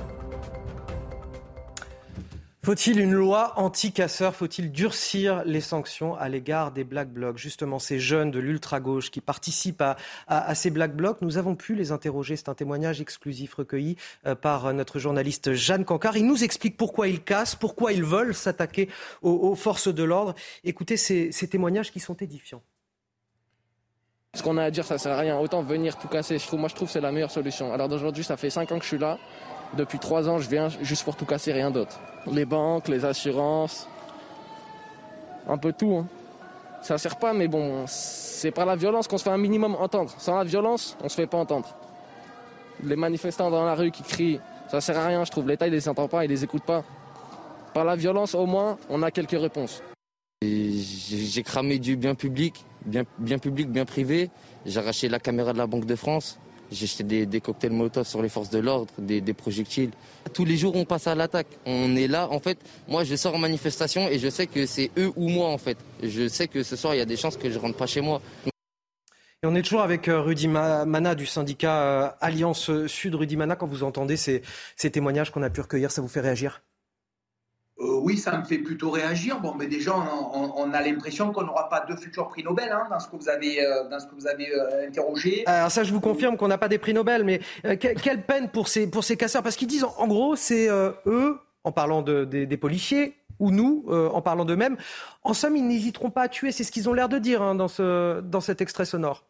Faut-il une loi anti-casseurs ? Faut-il durcir les sanctions à l'égard des Black Blocs ? Justement, ces jeunes de l'ultra-gauche qui participent à, à, à ces Black Blocs, nous avons pu les interroger. C'est un témoignage exclusif recueilli euh, par notre journaliste Jeanne Cancard. Il nous explique pourquoi ils cassent, pourquoi ils veulent s'attaquer aux, aux forces de l'ordre. Écoutez ces, ces témoignages qui sont édifiants. Ce qu'on a à dire, ça sert à rien. Autant venir tout casser. Je trouve, moi, je trouve que c'est la meilleure solution. Alors d'aujourd'hui, ça fait cinq ans que je suis là. Depuis trois ans, je viens juste pour tout casser, rien d'autre. Les banques, les assurances, un peu tout. Hein. Ça sert pas, mais bon, c'est par la violence qu'on se fait un minimum entendre. Sans la violence, on se fait pas entendre. Les manifestants dans la rue qui crient, ça sert à rien, je trouve. L'État, il les entend pas, il les écoute pas. Par la violence, au moins, on a quelques réponses. Et j'ai cramé du bien public, bien, bien public, bien privé. J'ai arraché la caméra de la Banque de France. J'ai jeté des, des cocktails Molotov sur les forces de l'ordre, des, des projectiles. Tous les jours, on passe à l'attaque. On est là, en fait. Moi, je sors en manifestation et je sais que c'est eux ou moi, en fait. Je sais que ce soir, il y a des chances que je rentre pas chez moi. Et on est toujours avec Rudy Mana du syndicat Alliance Sud. Rudy Mana, quand vous entendez ces, ces témoignages qu'on a pu recueillir, ça vous fait réagir ? Euh, oui, ça me fait plutôt réagir. Bon, mais déjà, on, on, on a l'impression qu'on n'aura pas deux futurs prix Nobel hein, dans ce que vous avez, euh, dans ce que vous avez euh, interrogé. Alors ça, je vous confirme qu'on n'a pas des prix Nobel, mais euh, que, quelle peine pour ces, pour ces casseurs. Parce qu'ils disent, en, en gros, c'est euh, eux, en parlant de, de, des policiers, ou nous, euh, en parlant d'eux-mêmes. En somme, ils n'hésiteront pas à tuer. C'est ce qu'ils ont l'air de dire hein, dans, ce, dans cet extrait sonore.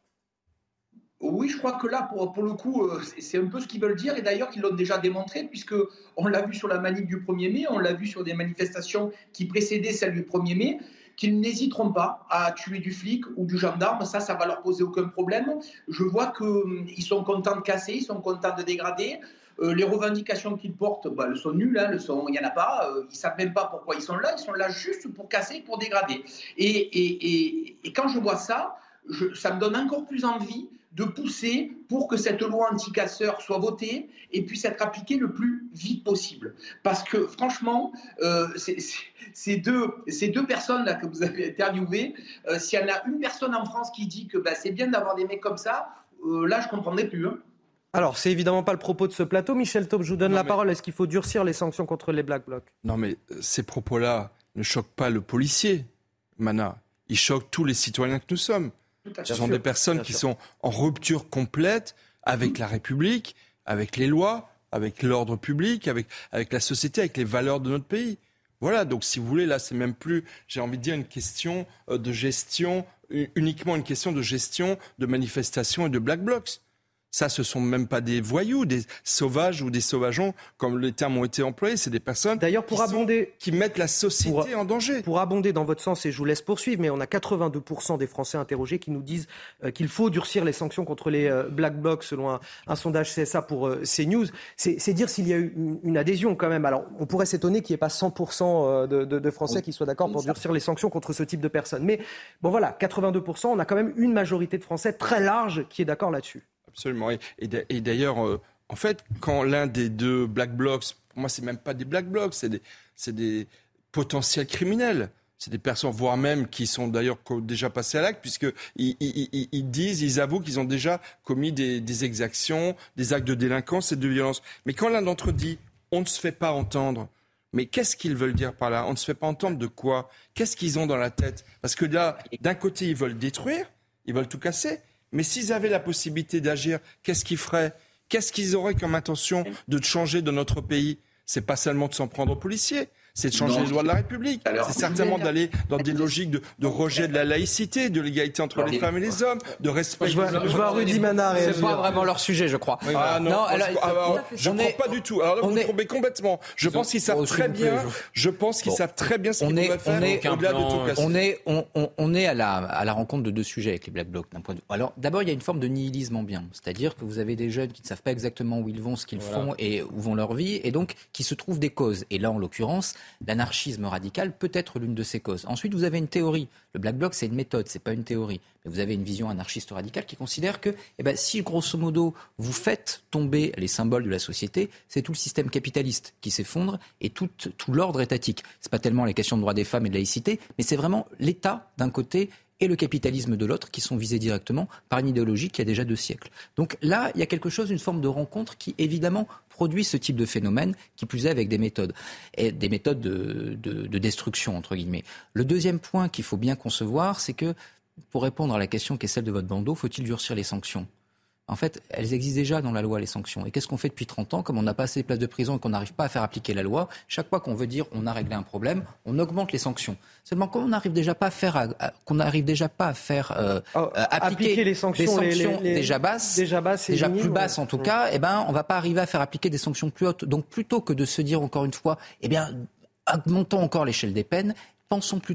Oui, je crois que là, pour, pour le coup, c'est un peu ce qu'ils veulent dire. Et d'ailleurs, ils l'ont déjà démontré, puisqu'on l'a vu sur la manif du premier mai, on l'a vu sur des manifestations qui précédaient celle du premier mai, qu'ils n'hésiteront pas à tuer du flic ou du gendarme. Ça, ça ne va leur poser aucun problème. Je vois qu'ils sont contents de casser, ils sont contents de dégrader. Euh, les revendications qu'ils portent, bah, elles sont nulles, hein, elles sont, il n'y en a pas. Euh, ils ne savent même pas pourquoi ils sont là. Ils sont là juste pour casser, pour dégrader. Et, et, et, et quand je vois ça, je, ça me donne encore plus envie de pousser pour que cette loi anti-casseurs soit votée et puisse être appliquée le plus vite possible. Parce que franchement, euh, c'est, c'est, ces, deux, ces deux personnes-là que vous avez interviewées, euh, s'il y en a une personne en France qui dit que bah, c'est bien d'avoir des mecs comme ça, euh, là je ne comprendrai plus. Hein. Alors, c'est évidemment pas le propos de ce plateau. Michel Taube, je vous donne non, la mais... parole. Est-ce qu'il faut durcir les sanctions contre les Black Blocs ? Non, mais ces propos-là ne choquent pas le policier, Mana. Ils choquent tous les citoyens que nous sommes. Ce sont des personnes qui sont en rupture complète avec la République, avec les lois, avec l'ordre public, avec, avec la société, avec les valeurs de notre pays. Voilà, donc si vous voulez, là, c'est même plus, j'ai envie de dire, une question de gestion, uniquement une question de gestion de manifestations et de Black Blocs. Ça, ce ne sont même pas des voyous, des sauvages ou des sauvageons, comme les termes ont été employés. C'est des personnes D'ailleurs, pour qui, abonder, sont, qui mettent la société pour, en danger. Pour abonder dans votre sens, et je vous laisse poursuivre, mais on a quatre-vingt-deux pour cent des Français interrogés qui nous disent euh, qu'il faut durcir les sanctions contre les euh, Black Blocs, selon un, un sondage C S A pour euh, CNews. C'est, c'est dire s'il y a eu une, une adhésion quand même. Alors, on pourrait s'étonner qu'il n'y ait pas cent pour cent de, de, de Français oui. qui soient d'accord pour durcir les sanctions contre ce type de personnes. Mais bon voilà, quatre-vingt-deux pour cent, on a quand même une majorité de Français très large qui est d'accord là-dessus. Absolument. Et d'ailleurs, euh, en fait, quand l'un des deux Black Blocs, pour moi, c'est même pas des Black Blocs, c'est des, c'est des potentiels criminels. C'est des personnes, voire même, qui sont d'ailleurs déjà passés à l'acte, puisqu'ils ils, ils, ils disent, ils avouent qu'ils ont déjà commis des, des exactions, des actes de délinquance et de violence. Mais quand l'un d'entre eux dit « on ne se fait pas entendre », mais qu'est-ce qu'ils veulent dire par là ? On ne se fait pas entendre de quoi ? Qu'est-ce qu'ils ont dans la tête ? Parce que là, d'un côté, ils veulent détruire, ils veulent tout casser. Mais s'ils avaient la possibilité d'agir, qu'est-ce qu'ils feraient ? Qu'est-ce qu'ils auraient comme intention de changer de notre pays ? C'est pas seulement de s'en prendre aux policiers, c'est de changer non, les lois de la République. Alors, c'est certainement d'aller dans des logiques de, de rejet de la laïcité, de l'égalité entre les femmes et les hommes, de respect. Je vois, je vois Rudy Mana réagir. C'est pas vraiment leur sujet, je crois. Oui, ah non, non alors, alors, je ne crois pas du tout. Alors là, vous vous trompez complètement. Je pense qu'ils savent très bien. Je pense qu'ils savent très bien ce qu'ils pourraient faire au-delà de tout casser. On est, on, on, on est à la, à la rencontre de deux sujets avec les Black Blocs d'un point de vue. Alors, d'abord, il y a une forme de nihilisme ambiant, c'est-à-dire que vous avez des jeunes qui ne savent pas exactement où ils vont, ce qu'ils voilà. font et où vont leur vie, et donc qui se trouvent des causes. Et là, en l'occurrence, l'anarchisme radical peut être l'une de ces causes. Ensuite, vous avez une théorie. Le Black Bloc, c'est une méthode, c'est pas une théorie. Mais vous avez une vision anarchiste radicale qui considère que, eh ben, si grosso modo vous faites tomber les symboles de la société, c'est tout le système capitaliste qui s'effondre et tout, tout l'ordre étatique. C'est pas tellement les questions de droits des femmes et de laïcité, mais c'est vraiment l'État d'un côté et le capitalisme de l'autre qui sont visés directement par une idéologie qui a déjà deux siècles. Donc là, il y a quelque chose, une forme de rencontre qui évidemment produit ce type de phénomène, qui plus est avec des méthodes, et des méthodes de, de, de destruction, entre guillemets. Le deuxième point qu'il faut bien concevoir, c'est que pour répondre à la question qui est celle de votre bandeau, faut-il durcir les sanctions ? En fait, elles existent déjà dans la loi, les sanctions. Et qu'est-ce qu'on fait depuis trente ans ? Comme on n'a pas assez de places de prison et qu'on n'arrive pas à faire appliquer la loi, chaque fois qu'on veut dire on a réglé un problème, on augmente les sanctions. Seulement, quand on n'arrive déjà pas à faire, à, qu'on n'arrive déjà pas à faire euh, oh, appliquer, appliquer les sanctions, des sanctions les, les, déjà basses, déjà, basses déjà minimes, plus basses ouais. en tout cas, eh ben, on va pas arriver à faire appliquer des sanctions plus hautes. Donc, plutôt que de se dire encore une fois, eh bien, augmentons encore l'échelle des peines, pensons plutôt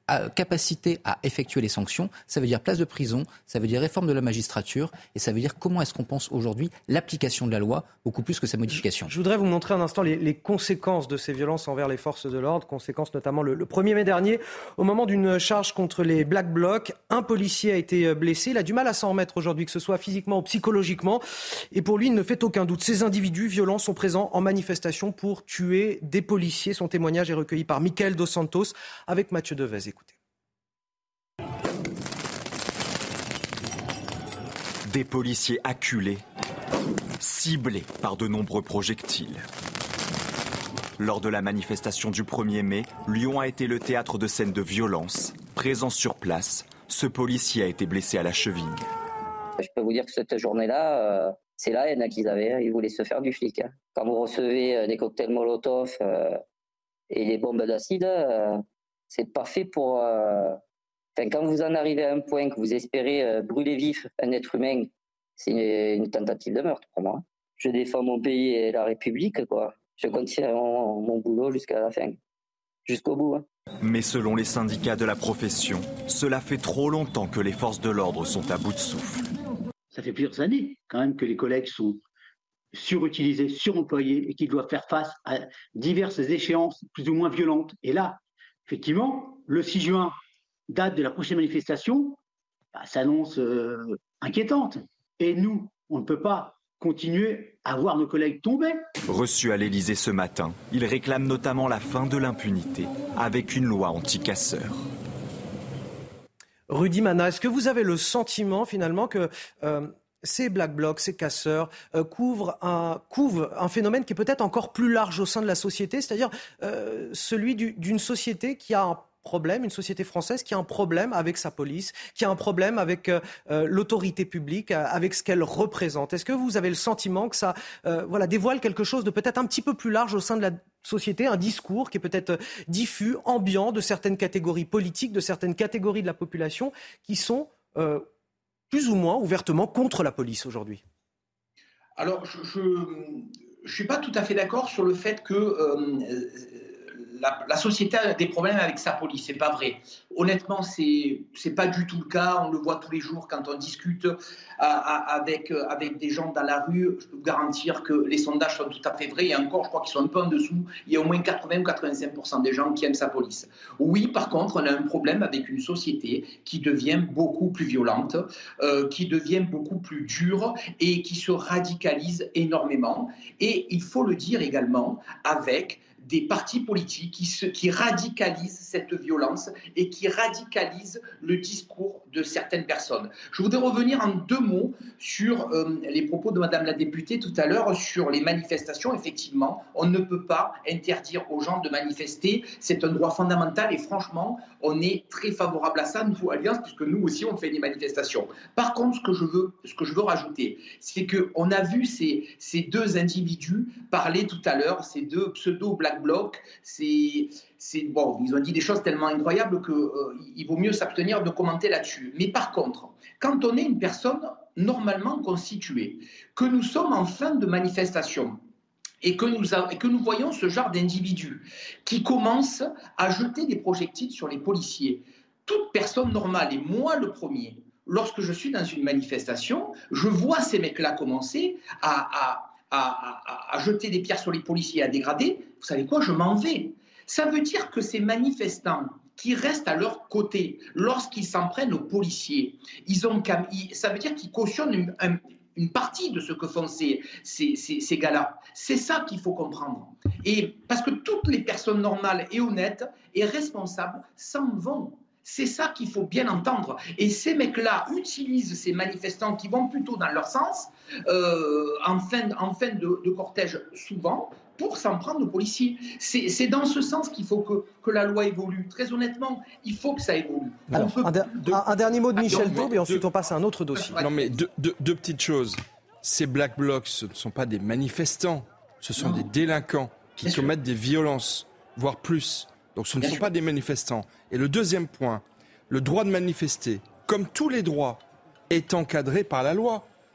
capacité à effectuer les sanctions, ça veut dire place de prison, ça veut dire réforme de la magistrature, et ça veut dire comment est-ce qu'on pense aujourd'hui l'application de la loi, beaucoup plus que sa modification. Je voudrais vous montrer un instant les, les conséquences de ces violences envers les forces de l'ordre, conséquences notamment le, le premier mai dernier, au moment d'une charge contre les Black Blocs. Un policier a été blessé, il a du mal à s'en remettre aujourd'hui, que ce soit physiquement ou psychologiquement, et pour lui, il ne fait aucun doute. Ces individus violents sont présents en manifestation pour tuer des policiers. Son témoignage est recueilli par Mickaël Dos Santos avec Mathieu Devez. Écoutez. Des policiers acculés, ciblés par de nombreux projectiles. Lors de la manifestation du premier mai, Lyon a été le théâtre de scènes de violence. Présent sur place, ce policier a été blessé à la cheville. Je peux vous dire que cette journée-là, euh, c'est la haine qu'ils avaient. Ils voulaient se faire du flic. Hein. Quand vous recevez euh, des cocktails Molotov euh, et des bombes d'acide, euh, c'est parfait pour... Euh... Enfin, quand vous en arrivez à un point que vous espérez euh, brûler vif un être humain, c'est une, une tentative de meurtre pour moi. Je défends mon pays et la République, quoi. Je continue mon, mon boulot jusqu'à la fin, jusqu'au bout. Hein. Mais selon les syndicats de la profession, cela fait trop longtemps que les forces de l'ordre sont à bout de souffle. Ça fait plusieurs années quand même que les collègues sont surutilisés, suremployés et qu'ils doivent faire face à diverses échéances plus ou moins violentes. Et là, effectivement, le six juin, date de la prochaine manifestation, bah, s'annonce euh, inquiétante. Et nous, on ne peut pas continuer à voir nos collègues tomber. Reçu à l'Élysée ce matin, il réclame notamment la fin de l'impunité avec une loi anti-casseurs. Rudy Mana, est-ce que vous avez le sentiment finalement que euh, ces Black Blocs, ces casseurs euh, couvrent, un, couvrent un phénomène qui est peut-être encore plus large au sein de la société, c'est-à-dire euh, celui du, d'une société qui a un problème, une société française qui a un problème avec sa police, qui a un problème avec euh, l'autorité publique, euh, avec ce qu'elle représente. Est-ce que vous avez le sentiment que ça euh, voilà, dévoile quelque chose de peut-être un petit peu plus large au sein de la société, un discours qui est peut-être diffus, ambiant de certaines catégories politiques, de certaines catégories de la population qui sont euh, plus ou moins ouvertement contre la police aujourd'hui? Alors, je ne suis pas tout à fait d'accord sur le fait que euh, La, la société a des problèmes avec sa police, c'est pas vrai. Honnêtement, c'est c'est pas du tout le cas. On le voit tous les jours quand on discute à, à, avec avec des gens dans la rue. Je peux vous garantir que les sondages sont tout à fait vrais. Et encore, je crois qu'ils sont un peu en dessous. Il y a au moins quatre-vingts ou quatre-vingt-cinq pour cent des gens qui aiment sa police. Oui, par contre, on a un problème avec une société qui devient beaucoup plus violente, euh, qui devient beaucoup plus dure et qui se radicalise énormément. Et il faut le dire également avec des partis politiques qui, se, qui radicalisent cette violence et qui radicalisent le discours de certaines personnes. Je voudrais revenir en deux mots sur euh, les propos de Madame la députée tout à l'heure sur les manifestations. Effectivement, on ne peut pas interdire aux gens de manifester. C'est un droit fondamental et franchement, on est très favorable à ça, nous, Alliance, puisque nous aussi, on fait des manifestations. Par contre, ce que je veux, ce que je veux rajouter, c'est qu'on a vu ces, ces deux individus parler tout à l'heure, ces deux pseudo-black blocs, c'est, c'est, bon, ils ont dit des choses tellement incroyables qu'il euh, vaut mieux s'abstenir de commenter là-dessus. Mais par contre, quand on est une personne normalement constituée, que nous sommes en fin de manifestation, et que, nous a, et que nous voyons ce genre d'individus qui commencent à jeter des projectiles sur les policiers, toute personne normale, et moi le premier, lorsque je suis dans une manifestation, je vois ces mecs-là commencer à... à À, à, à jeter des pierres sur les policiers, à dégrader, vous savez quoi, je m'en vais. Ça veut dire que ces manifestants qui restent à leur côté lorsqu'ils s'en prennent aux policiers, ils ont, ça veut dire qu'ils cautionnent une, une, une partie de ce que font ces, ces, ces, ces gars-là. C'est ça qu'il faut comprendre. Et parce que toutes les personnes normales et honnêtes et responsables s'en vont. C'est ça qu'il faut bien entendre. Et ces mecs-là utilisent ces manifestants qui vont plutôt dans leur sens, euh, en fin, en fin de, de cortège souvent, pour s'en prendre aux policiers. C'est, c'est dans ce sens qu'il faut que, que la loi évolue. Très honnêtement, il faut que ça évolue. Alors, peut... un, der- un, un dernier mot de Michel Taube et ensuite on passe à un autre dossier. Non mais deux, deux, deux petites choses. Ces Black Blocs, ce ne sont pas des manifestants, ce sont non. des délinquants qui bien commettent sûr. des violences, voire plus. Donc ce ne Bien sont sûr. pas des manifestants. Et le deuxième point, le droit de manifester, comme tous les droits, est encadré par la loi.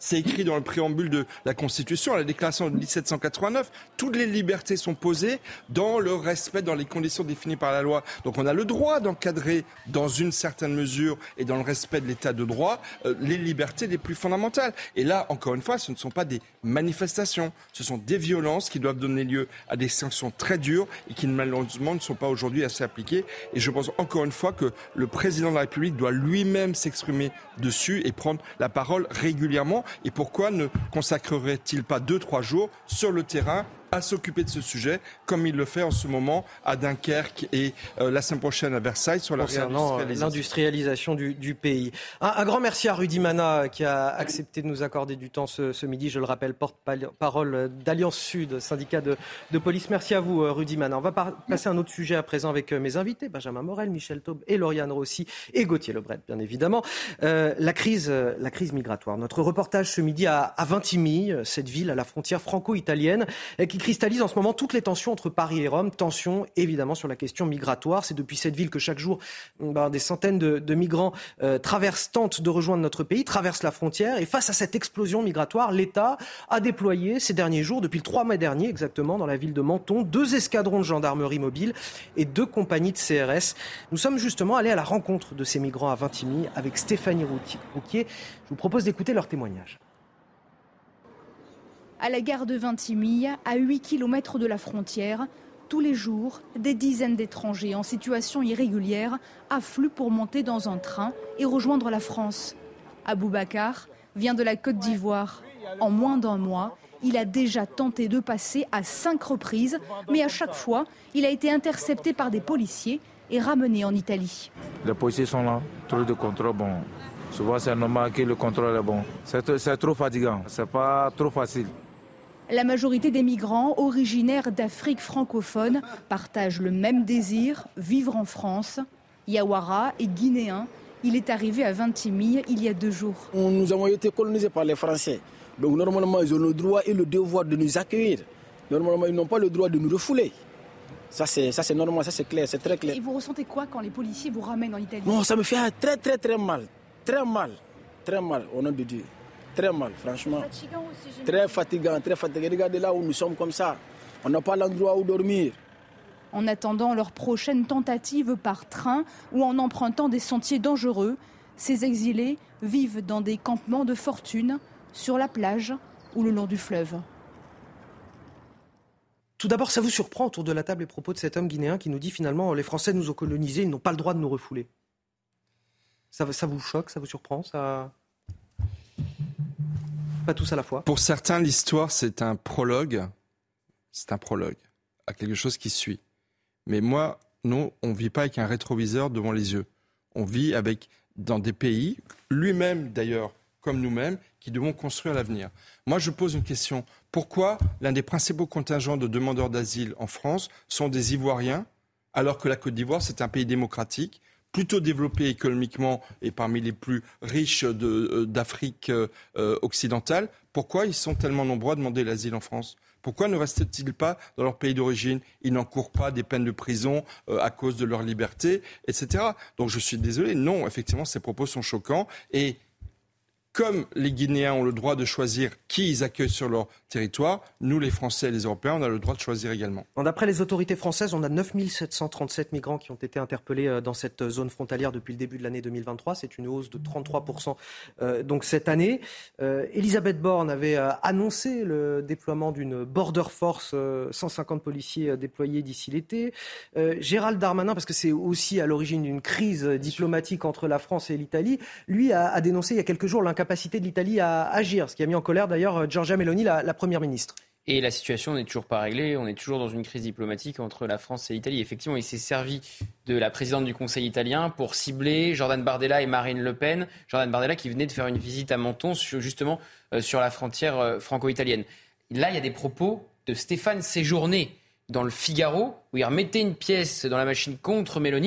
C'est écrit dans le préambule de la Constitution, la déclaration de dix-sept cent quatre-vingt-neuf. Toutes les libertés sont posées dans le respect, dans les conditions définies par la loi. Donc on a le droit d'encadrer dans une certaine mesure et dans le respect de l'état de droit euh, les libertés les plus fondamentales. Et là, encore une fois, ce ne sont pas des manifestations, ce sont des violences qui doivent donner lieu à des sanctions très dures et qui malheureusement ne sont pas aujourd'hui assez appliquées. Et je pense encore une fois que le président de la République doit lui-même s'exprimer dessus et prendre la parole régulièrement. Et pourquoi ne consacrerait-il pas deux, trois jours sur le terrain à s'occuper de ce sujet, comme il le fait en ce moment à Dunkerque et euh, la semaine prochaine à Versailles sur la réindustrialisation. l'industrialisation du, du pays. Un, un grand merci à Rudy Mana qui a accepté de nous accorder du temps ce, ce midi. Je le rappelle, porte-parole d'Alliance Sud, syndicat de, de police. Merci à vous, Rudy Mana. On va par- passer à un autre sujet à présent avec mes invités, Benjamin Morel, Michel Taube et Lauriane Rossi et Gauthier Lebret, bien évidemment. Euh, la crise, la crise migratoire. Notre reportage ce midi à, à Vintimille, cette ville à la frontière franco-italienne, qui cristallise en ce moment toutes les tensions entre Paris et Rome, tensions évidemment sur la question migratoire. C'est depuis cette ville que chaque jour, ben, des centaines de, de migrants euh, traversent, tentent de rejoindre notre pays, traversent la frontière. Et face à cette explosion migratoire, l'État a déployé ces derniers jours, depuis le trois mai dernier exactement, dans la ville de Menton, deux escadrons de gendarmerie mobile et deux compagnies de C R S. Nous sommes justement allés à la rencontre de ces migrants à Vintimille avec Stéphanie Rouquier. Je vous propose d'écouter leur témoignage. À la gare de Vintimille, à huit kilomètres de la frontière, tous les jours, des dizaines d'étrangers en situation irrégulière affluent pour monter dans un train et rejoindre la France. Aboubacar vient de la Côte d'Ivoire. En moins d'un mois, il a déjà tenté de passer à cinq reprises, mais à chaque fois, il a été intercepté par des policiers et ramené en Italie. Les policiers sont là, trop de contrôle, bon. Souvent, c'est normal que le contrôle est bon. C'est, c'est trop fatigant, c'est pas trop facile. La majorité des migrants originaires d'Afrique francophone partagent le même désir, vivre en France. Yawara est guinéen. Il est arrivé à Vintimille il y a deux jours. Nous avons été colonisés par les Français. Donc normalement, ils ont le droit et le devoir de nous accueillir. Normalement, ils n'ont pas le droit de nous refouler. Ça c'est, ça, c'est normal, ça c'est clair, c'est très clair. Et vous ressentez quoi quand les policiers vous ramènent en Italie? Non, ça me fait très très très mal. Très mal. Très mal, au nom de Dieu. Très mal, franchement. Fatigant aussi, très fatigant, très fatigant. Regardez là où nous sommes comme ça. On n'a pas l'endroit où dormir. En attendant leur prochaine tentative par train ou en empruntant des sentiers dangereux, ces exilés vivent dans des campements de fortune, sur la plage ou le long du fleuve. Tout d'abord, ça vous surprend autour de la table les propos de cet homme guinéen qui nous dit finalement les Français nous ont colonisés, ils n'ont pas le droit de nous refouler. Ça, ça vous choque, ça vous surprend, ça... Pas tous à la fois. Pour certains, l'histoire, c'est un prologue. C'est un prologue à quelque chose qui suit. Mais moi, nous, on ne vit pas avec un rétroviseur devant les yeux. On vit avec, dans des pays, lui-même d'ailleurs, comme nous-mêmes, qui devons construire l'avenir. Moi, je pose une question. Pourquoi l'un des principaux contingents de demandeurs d'asile en France sont des Ivoiriens, alors que la Côte d'Ivoire, c'est un pays démocratique, plutôt développé économiquement et parmi les plus riches de, d'Afrique euh, occidentale? Pourquoi ils sont tellement nombreux à demander l'asile en France? Pourquoi ne restent-ils pas dans leur pays d'origine? Ils n'encourent pas des peines de prison euh, à cause de leur liberté, et cetera. Donc je suis désolé, non, effectivement, ces propos sont choquants. Et comme les Guinéens ont le droit de choisir qui ils accueillent sur leur territoire, nous, les Français et les Européens, on a le droit de choisir également. D'après les autorités françaises, on a neuf mille sept cent trente-sept migrants qui ont été interpellés dans cette zone frontalière depuis le début de l'année deux mille vingt-trois. C'est une hausse de trente-trois pour cent euh, donc cette année. Euh, Elisabeth Borne avait euh, annoncé le déploiement d'une border force, euh, cent cinquante policiers euh, déployés d'ici l'été. Euh, Gérald Darmanin, parce que c'est aussi à l'origine d'une crise diplomatique entre la France et l'Italie, lui a, a dénoncé il y a quelques jours l'incapacité capacité de l'Italie à agir, ce qui a mis en colère d'ailleurs Giorgia Meloni, la, la première ministre. Et la situation n'est toujours pas réglée, on est toujours dans une crise diplomatique entre la France et l'Italie. Effectivement, il s'est servi de la présidente du Conseil italien pour cibler Jordan Bardella et Marine Le Pen. Jordan Bardella qui venait de faire une visite à Menton, sur, justement euh, sur la frontière euh, franco-italienne. Là, il y a des propos de Stéphane Séjourné dans le Figaro, où il remettait une pièce dans la machine contre Meloni.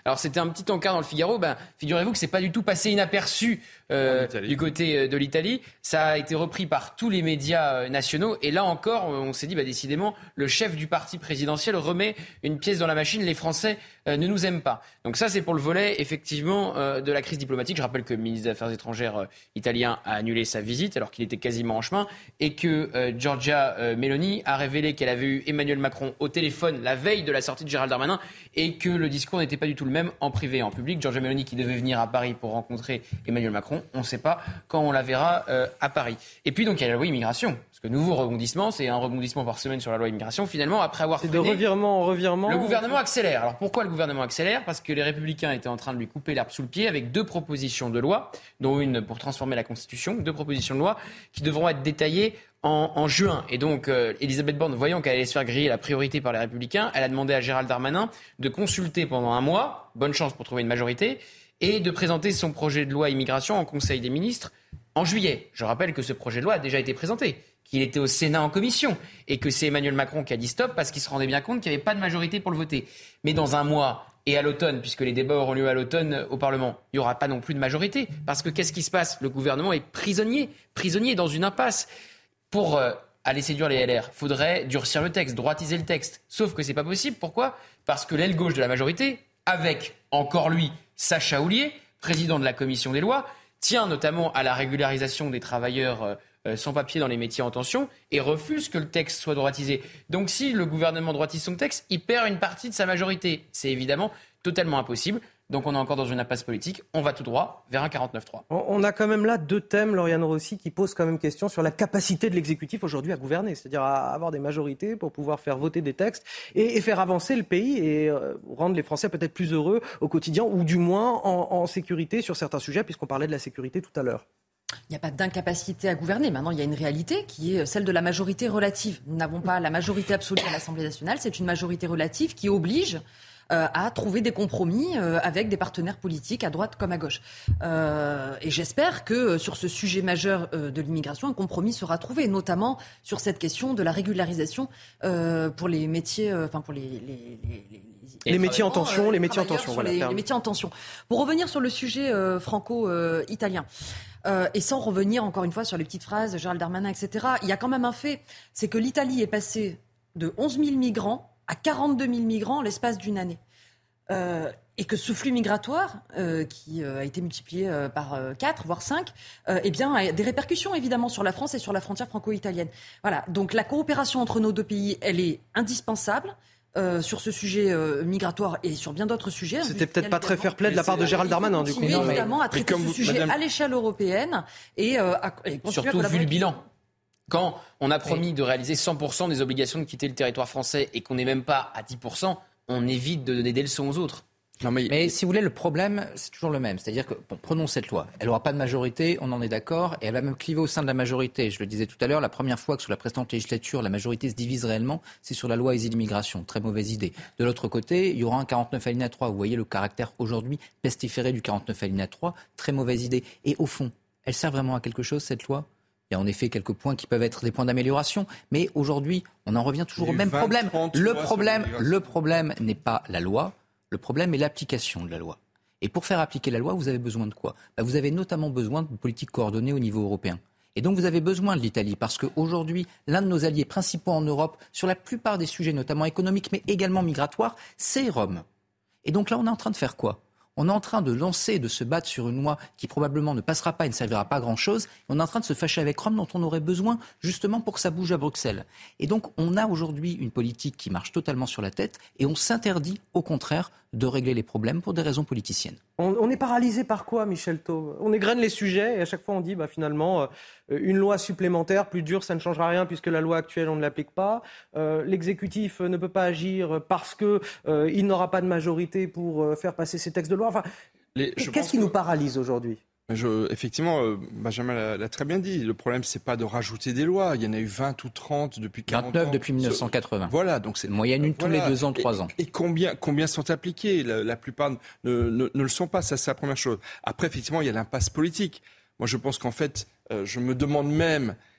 Alors c'était un petit encart dans le Figaro. Ben, figurez-vous que c'est pas du tout passé inaperçu euh, du côté de l'Italie. Ça a été repris par tous les médias nationaux. Et là encore, on s'est dit, bah, décidément, le chef du parti présidentiel remet une pièce dans la machine. Les Français euh, ne nous aiment pas. Donc ça, c'est pour le volet, effectivement, euh, de la crise diplomatique. Je rappelle que le ministre des Affaires étrangères euh, italien a annulé sa visite alors qu'il était quasiment en chemin et que euh, Giorgia euh, Meloni a révélé qu'elle avait eu Emmanuel Macron au téléphone la veille de la sortie de Gérald Darmanin et que le discours n'était pas du tout le même en privé et en public. Giorgia Meloni qui devait venir à Paris pour rencontrer Emmanuel Macron, on ne sait pas quand on la verra euh, à Paris. Et puis donc il y a la loi immigration. Parce que nouveau rebondissement, c'est un rebondissement par semaine sur la loi immigration. Finalement, après avoir c'est de revirement en revirement. Le gouvernement accélère. Alors pourquoi le gouvernement accélère ? Parce que les Républicains étaient en train de lui couper l'herbe sous le pied avec deux propositions de loi, dont une pour transformer la Constitution, deux propositions de loi qui devront être détaillées en, en juin. Et donc, euh, Elisabeth Borne, voyant qu'elle allait se faire griller la priorité par les Républicains, elle a demandé à Gérald Darmanin de consulter pendant un mois, bonne chance pour trouver une majorité, et de présenter son projet de loi immigration en Conseil des ministres en juillet. Je rappelle que ce projet de loi a déjà été présenté, qu'il était au Sénat en commission et que c'est Emmanuel Macron qui a dit stop parce qu'il se rendait bien compte qu'il n'y avait pas de majorité pour le voter. Mais dans un mois et à l'automne, puisque les débats auront lieu à l'automne au Parlement, il n'y aura pas non plus de majorité. Parce que qu'est-ce qui se passe ? Le gouvernement est prisonnier, prisonnier dans une impasse. Pour euh, aller séduire les L R, il faudrait durcir le texte, droitiser le texte. Sauf que ce n'est pas possible. Pourquoi ? Parce que l'aile gauche de la majorité, avec encore lui, Sacha Houlié, président de la commission des lois, tient notamment à la régularisation des travailleurs euh, euh, sans papier dans les métiers en tension et refuse que le texte soit droitisé. Donc si le gouvernement droitise son texte, il perd une partie de sa majorité. C'est évidemment totalement impossible. Donc on est encore dans une impasse politique. On va tout droit vers un quarante-neuf trois. On a quand même là deux thèmes, Lauriane Rossi, qui posent quand même question sur la capacité de l'exécutif aujourd'hui à gouverner, c'est-à-dire à avoir des majorités pour pouvoir faire voter des textes et, et faire avancer le pays et euh, rendre les Français peut-être plus heureux au quotidien ou du moins en, en sécurité sur certains sujets, puisqu'on parlait de la sécurité tout à l'heure. Il n'y a pas d'incapacité à gouverner. Maintenant, il y a une réalité qui est celle de la majorité relative. Nous n'avons pas la majorité absolue à l'Assemblée nationale. C'est une majorité relative qui oblige euh, à trouver des compromis euh, avec des partenaires politiques à droite comme à gauche. Euh, et j'espère que euh, sur ce sujet majeur euh, de l'immigration, un compromis sera trouvé, notamment sur cette question de la régularisation euh, pour les métiers, euh, enfin pour les, les, les, les Les, les métiers en tension, euh, les métiers en tension, voilà. Les, les métiers en tension. Pour revenir sur le sujet euh, franco-italien, euh, et sans revenir encore une fois sur les petites phrases de Gérald Darmanin, et cetera, il y a quand même un fait, c'est que l'Italie est passée de onze mille migrants à quarante-deux mille migrants en l'espace d'une année. Euh, et que ce flux migratoire, euh, qui euh, a été multiplié euh, par euh, quatre, voire cinq, euh, eh bien, a des répercussions évidemment sur la France et sur la frontière franco-italienne. Voilà, donc la coopération entre nos deux pays, elle est indispensable. Euh, sur ce sujet euh, migratoire et sur bien d'autres sujets. C'était peut-être pas très fair-play de la part de Gérald Darmanin, du coup. Il faut Non, évidemment mais... à traiter ce vous, sujet madame... à l'échelle européenne et, euh, à, et surtout vu le bilan. Quand on a promis oui. de réaliser cent pour cent des obligations de quitter le territoire français et qu'on n'est même pas à dix pour cent, on évite de donner des leçons aux autres. Non mais... mais si vous voulez, le problème, c'est toujours le même. C'est-à-dire que, bon, prenons cette loi. Elle n'aura pas de majorité, on en est d'accord, et elle va même cliver au sein de la majorité. Je le disais tout à l'heure, la première fois que sous la précédente législature, la majorité se divise réellement, c'est sur la loi asile immigration. Très mauvaise idée. De l'autre côté, il y aura un quarante-neuf alinéa trois. Vous voyez le caractère aujourd'hui pestiféré du quarante-neuf alinéa trois. Très mauvaise idée. Et au fond, elle sert vraiment à quelque chose, cette loi ? Il y a en effet quelques points qui peuvent être des points d'amélioration, mais aujourd'hui, on en revient toujours au même problème. Le problème, le problème n'est pas la loi. Le problème est l'application de la loi. Et pour faire appliquer la loi, vous avez besoin de quoi ? Ben, vous avez notamment besoin de politiques coordonnées au niveau européen. Et donc vous avez besoin de l'Italie, parce qu'aujourd'hui, l'un de nos alliés principaux en Europe, sur la plupart des sujets, notamment économiques, mais également migratoires, c'est Rome. Et donc là, on est en train de faire quoi ? On est en train de lancer, de se battre sur une loi qui probablement ne passera pas et ne servira pas à grand-chose. On est en train de se fâcher avec Rome dont on aurait besoin justement pour que ça bouge à Bruxelles. Et donc on a aujourd'hui une politique qui marche totalement sur la tête et on s'interdit au contraire de régler les problèmes pour des raisons politiciennes. On, on est paralysé par quoi, Michel Taube ? On égrène les sujets et à chaque fois on dit bah, finalement euh, une loi supplémentaire plus dure ça ne changera rien puisque la loi actuelle on ne l'applique pas. Euh, l'exécutif ne peut pas agir parce qu'il euh, n'aura pas de majorité pour euh, faire passer ces textes de loi. Enfin, les, qu'est-ce qui que... nous paralyse aujourd'hui ? Je, effectivement, euh, Benjamin l'a, l'a très bien dit. Le problème, c'est pas de rajouter des lois. Il y en a eu vingt ou trente depuis quarante ans. vingt-neuf depuis dix-neuf cent quatre-vingts. Voilà, donc c'est moyenne une voilà. tous les deux ans, trois ans. Et, et combien, combien sont appliqués ? la, la plupart ne, ne, ne le sont pas. Ça, c'est la première chose. Après, effectivement, il y a l'impasse politique. Moi, je pense qu'en fait, euh, je me demande même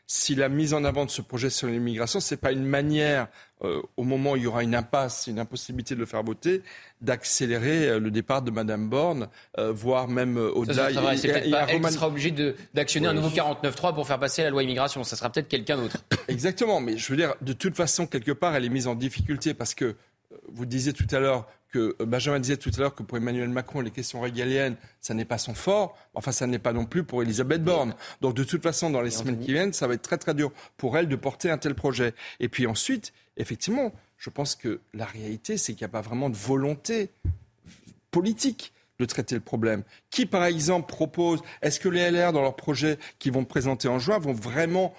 si la mise en avant de ce projet sur l'immigration, c'est pas une manière, euh, au moment où il y aura une impasse, une impossibilité de le faire voter, d'accélérer euh, le départ de Madame Borne, euh, voire même euh, au-delà. Ça, ça, ça, c'est et, peut-être et, pas et elle Roman... qui sera obligée de, d'actionner oui. un nouveau quarante-neuf trois pour faire passer la loi immigration. Ça sera peut-être quelqu'un d'autre. Exactement, mais je veux dire, de toute façon, quelque part, elle est mise en difficulté parce que, vous disiez tout à l'heure, que Benjamin disait tout à l'heure que pour Emmanuel Macron, les questions régaliennes, ça n'est pas son fort. Enfin, ça n'est pas non plus pour Elisabeth Borne. Donc, de toute façon, dans les semaines qui viennent, ça va être très, très dur pour elle de porter un tel projet. Et puis ensuite, effectivement, je pense que la réalité, c'est qu'il n'y a pas vraiment de volonté politique de traiter le problème. Qui, par exemple, propose... Est-ce que les L R, dans leur projet qu'ils vont présenter en juin, vont vraiment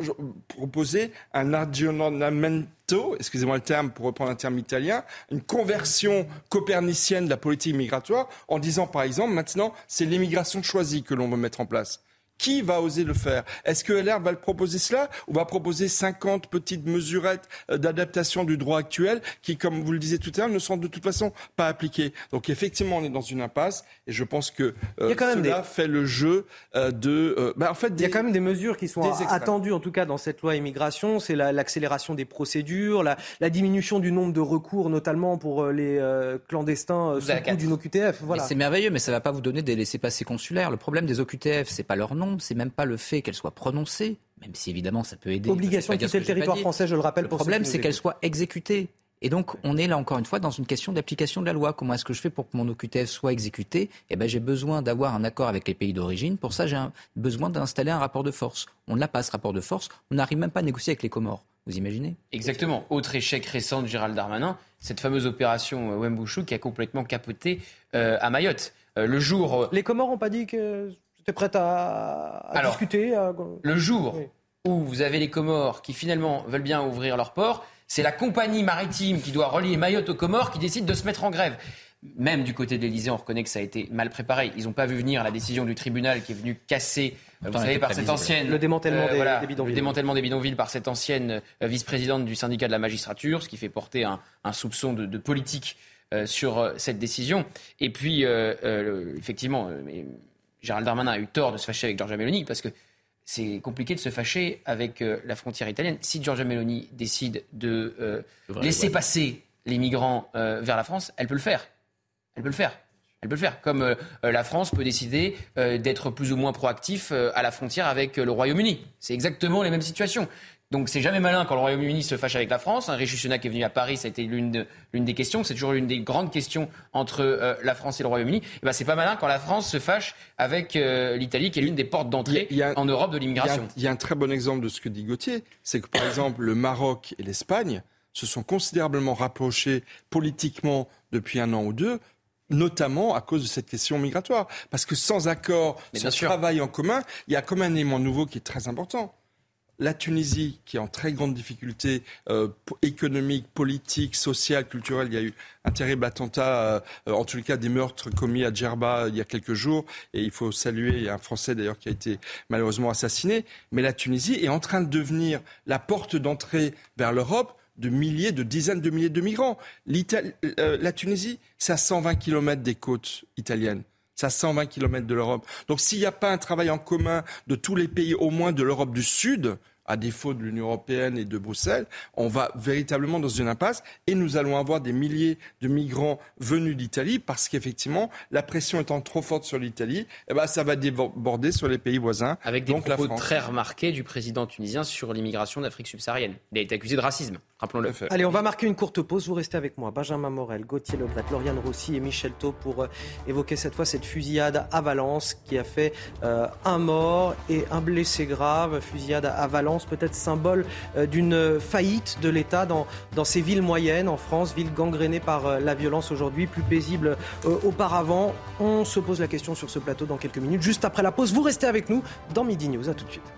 proposer un aggiornamento, excusez-moi le terme pour reprendre un terme italien, une conversion copernicienne de la politique migratoire en disant par exemple maintenant c'est l'immigration choisie que l'on veut mettre en place. Qui va oser le faire ? Est-ce que L R va le proposer cela ou va proposer cinquante petites mesurettes d'adaptation du droit actuel qui, comme vous le disiez tout à l'heure, ne sont de toute façon pas appliquées ? Donc effectivement, on est dans une impasse et je pense que euh, cela des... fait le jeu euh, de... Euh, bah, en fait, des... Il y a quand même des mesures qui sont attendues, en tout cas dans cette loi immigration. C'est la, l'accélération des procédures, la, la diminution du nombre de recours, notamment pour les euh, clandestins euh, sous le coup d'une O Q T F. Voilà. C'est merveilleux, mais ça ne va pas vous donner des laissez-passer consulaires. Le problème des O Q T F, c'est pas leur nom. C'est même pas le fait qu'elle soit prononcée, même si évidemment ça peut aider. Obligation de quitter le territoire français, je le rappelle. Le problème, c'est qu'elle soit exécutée. Et donc, on est là encore une fois dans une question d'application de la loi. Comment est-ce que je fais pour que mon O Q T F soit exécuté ? Eh ben, j'ai besoin d'avoir un accord avec les pays d'origine. Pour ça, j'ai un, besoin d'installer un rapport de force. On n'a pas ce rapport de force. On n'arrive même pas à négocier avec les Comores. Vous imaginez ? Exactement. Autre échec récent de Gérald Darmanin, cette fameuse opération Wembouchou qui a complètement capoté euh, à Mayotte. Euh, le jour. Les Comores n'ont pas dit que. T'es prête à, à Alors, discuter à... Le jour oui. où vous avez les Comores qui finalement veulent bien ouvrir leur port, c'est la compagnie maritime qui doit relier Mayotte aux Comores qui décide de se mettre en grève. Même du côté de l'Élysée, on reconnaît que ça a été mal préparé. Ils n'ont pas vu venir la décision du tribunal qui est venue casser, vous Attends, savez, par cette ancienne... Le démantèlement, euh, des, voilà, des bidonvilles. Le démantèlement des bidonvilles par cette ancienne euh, vice-présidente du syndicat de la magistrature, ce qui fait porter un, un soupçon de, de politique euh, sur euh, cette décision. Et puis, euh, euh, effectivement... Euh, mais, Gérald Darmanin a eu tort de se fâcher avec Giorgia Meloni parce que c'est compliqué de se fâcher avec euh, la frontière italienne. Si Giorgia Meloni décide de euh, laisser ouais. passer les migrants euh, vers la France, elle peut le faire. Elle peut le faire. Elle peut le faire. Comme euh, la France peut décider euh, d'être plus ou moins proactif euh, à la frontière avec euh, le Royaume-Uni. C'est exactement les mêmes situations. Donc c'est jamais malin quand le Royaume-Uni se fâche avec la France. Un Rishi Sunak est venu à Paris, ça a été l'une, de, l'une des questions. C'est toujours l'une des grandes questions entre euh, la France et le Royaume-Uni. Et ben c'est pas malin quand la France se fâche avec euh, l'Italie, qui est l'une des portes d'entrée il y a, en Europe de l'immigration. Il y, y a un très bon exemple de ce que dit Gauthier, c'est que par exemple le Maroc et l'Espagne se sont considérablement rapprochés politiquement depuis un an ou deux, notamment à cause de cette question migratoire. Parce que sans accord, sans travail en commun, il y a comme un élément nouveau qui est très important. La Tunisie, qui est en très grande difficulté euh, économique, politique, sociale, culturelle. Il y a eu un terrible attentat, euh, en tous les cas des meurtres commis à Djerba euh, il y a quelques jours. Et il faut saluer, il y a un Français d'ailleurs qui a été malheureusement assassiné. Mais la Tunisie est en train de devenir la porte d'entrée vers l'Europe de milliers, de dizaines de milliers de migrants. L'Italie, euh, la Tunisie, c'est à cent vingt kilomètres des côtes italiennes. C'est à cent vingt kilomètres de l'Europe. Donc s'il n'y a pas un travail en commun de tous les pays, au moins de l'Europe du Sud, à défaut de l'Union européenne et de Bruxelles, on va véritablement dans une impasse et nous allons avoir des milliers de migrants venus d'Italie parce qu'effectivement, la pression étant trop forte sur l'Italie, eh ben, ça va déborder sur les pays voisins. Avec des donc propos la France. Très remarqués du président tunisien sur l'immigration d'Afrique subsaharienne. Il a été accusé de racisme, rappelons-le. Allez, on va marquer une courte pause. Vous restez avec moi. Benjamin Morel, Gauthier Lebret, Lauriane Rossi et Michel Taub pour euh, évoquer cette fois cette fusillade à Valence qui a fait euh, un mort et un blessé grave. Fusillade à Valence, peut-être symbole euh, d'une faillite de l'État dans, dans ces villes moyennes en France, villes gangrénées par euh, la violence aujourd'hui, plus paisibles euh, auparavant. On se pose la question sur ce plateau dans quelques minutes. Juste après la pause, vous restez avec nous dans Midi News. À tout de suite.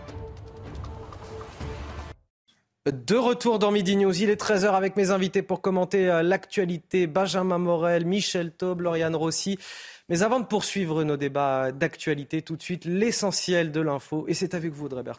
De retour dans Midi News, il est treize heures avec mes invités pour commenter l'actualité. Benjamin Morel, Michel Taub, Lauriane Rossi. Mais avant de poursuivre nos débats d'actualité, tout de suite l'essentiel de l'info. Et c'est avec vous, Audrey Berthaud.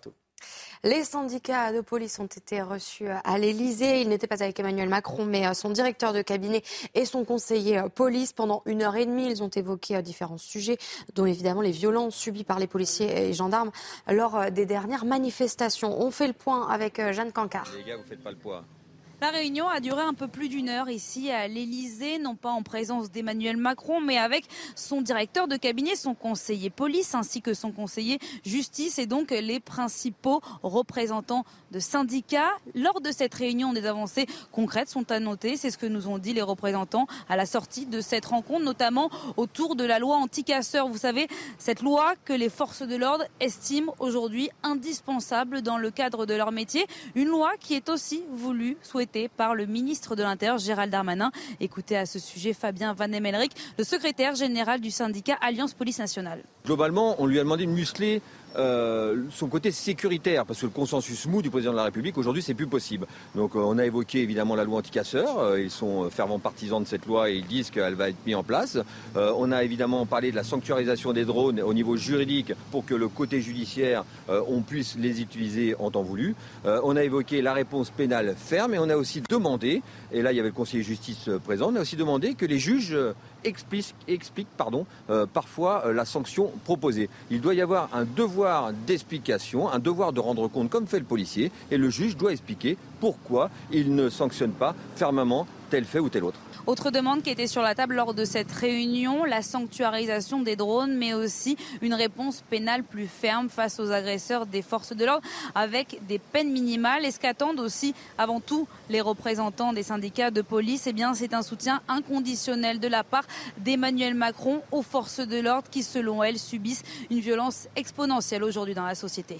Les syndicats de police ont été reçus à l'Élysée. Ils n'étaient pas avec Emmanuel Macron, mais son directeur de cabinet et son conseiller police. Pendant une heure et demie, ils ont évoqué différents sujets, dont évidemment les violences subies par les policiers et gendarmes lors des dernières manifestations. On fait le point avec Jeanne Cancard. Les gars, vous faites pas le poids. La réunion a duré un peu plus d'une heure ici à l'Élysée, non pas en présence d'Emmanuel Macron, mais avec son directeur de cabinet, son conseiller police ainsi que son conseiller justice et donc les principaux représentants de syndicats. Lors de cette réunion, des avancées concrètes sont à noter. C'est ce que nous ont dit les représentants à la sortie de cette rencontre, notamment autour de la loi anti-casseurs. Vous savez, cette loi que les forces de l'ordre estiment aujourd'hui indispensable dans le cadre de leur métier. Une loi qui est aussi voulue, souhaitée par le ministre de l'Intérieur, Gérald Darmanin. Écoutez à ce sujet Fabien Van Emmelrich, le secrétaire général du syndicat Alliance Police Nationale. Globalement, on lui a demandé de muscler euh, son côté sécuritaire, parce que le consensus mou du président de la République, aujourd'hui, c'est plus possible. Donc euh, on a évoqué évidemment la loi anti-casseurs. Euh, ils sont fervents partisans de cette loi et ils disent qu'elle va être mise en place. Euh, on a évidemment parlé de la sanctuarisation des drones au niveau juridique pour que le côté judiciaire, euh, on puisse les utiliser en temps voulu. Euh, on a évoqué la réponse pénale ferme et on a aussi demandé, et là il y avait le conseiller justice présent, on a aussi demandé que les juges expliquent, expliquent pardon, euh, parfois euh, la sanction proposée. Il doit y avoir un devoir d'explication, un devoir de rendre compte comme fait le policier, et le juge doit expliquer pourquoi il ne sanctionne pas fermement tel fait ou tel autre. Autre demande qui était sur la table lors de cette réunion, la sanctuarisation des drones, mais aussi une réponse pénale plus ferme face aux agresseurs des forces de l'ordre, avec des peines minimales. Et ce qu'attendent aussi, avant tout, les représentants des syndicats de police, eh bien, c'est un soutien inconditionnel de la part d'Emmanuel Macron aux forces de l'ordre qui, selon elles, subissent une violence exponentielle aujourd'hui dans la société.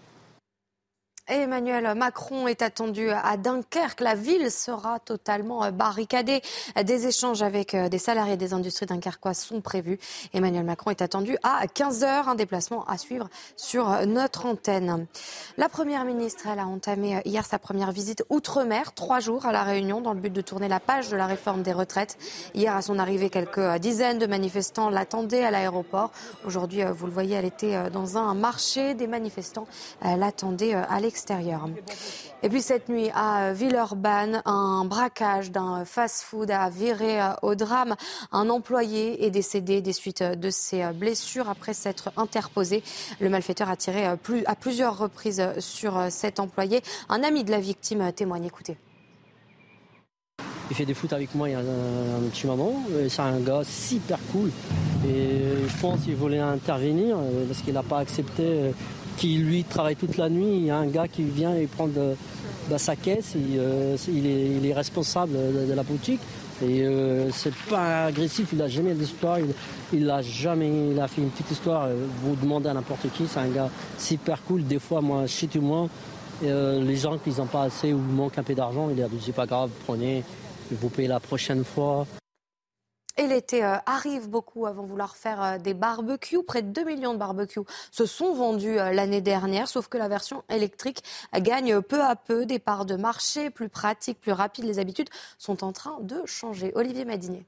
Emmanuel Macron est attendu à Dunkerque. La ville sera totalement barricadée. Des échanges avec des salariés des industries dunkerquoises sont prévus. Emmanuel Macron est attendu à quinze heures. Un déplacement à suivre sur notre antenne. La Première ministre, elle a entamé hier sa première visite outre-mer, trois jours à La Réunion, dans le but de tourner la page de la réforme des retraites. Hier, à son arrivée, quelques dizaines de manifestants l'attendaient à l'aéroport. Aujourd'hui, vous le voyez, elle était dans un marché. Des manifestants l'attendaient à l'extérieur. Extérieur. Et puis cette nuit à Villeurbanne, un braquage d'un fast-food a viré au drame. Un employé est décédé des suites de ses blessures après s'être interposé. Le malfaiteur a tiré à plusieurs reprises sur cet employé. Un ami de la victime témoigne, écoutez. Il fait des foot avec moi il y a un, un petit moment. C'est un gars super cool. Et je pense qu'il voulait intervenir parce qu'il n'a pas accepté qu'il lui travaille toute la nuit. Il y a un gars qui vient et prend de, de sa caisse. Et, euh, il, est, il est responsable de, de la boutique. Et euh, c'est pas agressif, il n'a jamais d'histoire. Il, il a jamais, il a fait une petite histoire. Vous demandez à n'importe qui, c'est un gars super cool. Des fois, moi, chez tout moi, euh, les gens qui n'ont pas assez ou manquent un peu d'argent, il leur dit c'est pas grave, prenez, vous payez la prochaine fois. Et l'été euh, arrive, beaucoup vont vouloir faire euh, des barbecues. Près de deux millions de barbecues se sont vendus euh, l'année dernière, sauf que la version électrique euh, gagne peu à peu des parts de marché, plus pratique, plus rapide. Les habitudes sont en train de changer. Olivier Madinier.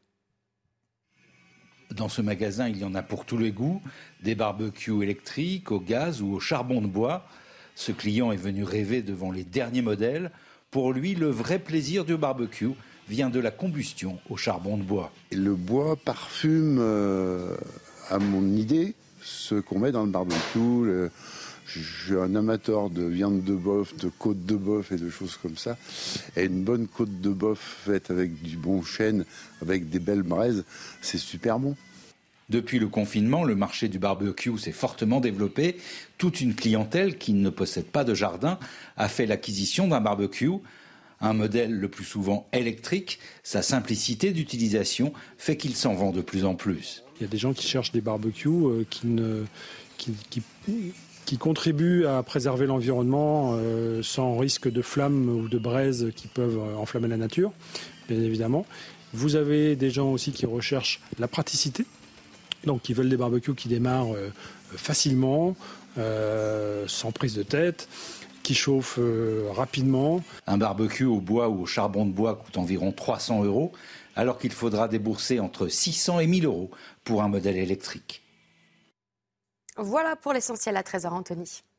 Dans ce magasin, il y en a pour tous les goûts, des barbecues électriques, au gaz ou au charbon de bois. Ce client est venu rêver devant les derniers modèles. Pour lui, le vrai plaisir du barbecue vient de la combustion au charbon de bois. Le bois parfume, euh, à mon idée, ce qu'on met dans le barbecue. Le, je suis un amateur de viande de bœuf, de côte de bœuf et de choses comme ça. Et une bonne côte de bœuf faite avec du bon chêne, avec des belles braises, c'est super bon. Depuis le confinement, le marché du barbecue s'est fortement développé. Toute une clientèle qui ne possède pas de jardin a fait l'acquisition d'un barbecue. Un modèle le plus souvent électrique, sa simplicité d'utilisation fait qu'il s'en vend de plus en plus. Il y a des gens qui cherchent des barbecues euh, qui, ne, qui, qui, qui contribuent à préserver l'environnement euh, sans risque de flammes ou de braises qui peuvent enflammer la nature, bien évidemment. Vous avez des gens aussi qui recherchent la praticité, donc qui veulent des barbecues qui démarrent euh, facilement, euh, sans prise de tête, qui chauffe euh, rapidement. Un barbecue au bois ou au charbon de bois coûte environ trois cents euros, alors qu'il faudra débourser entre six cents et mille euros pour un modèle électrique. Voilà pour l'essentiel à treize heures, Anthony.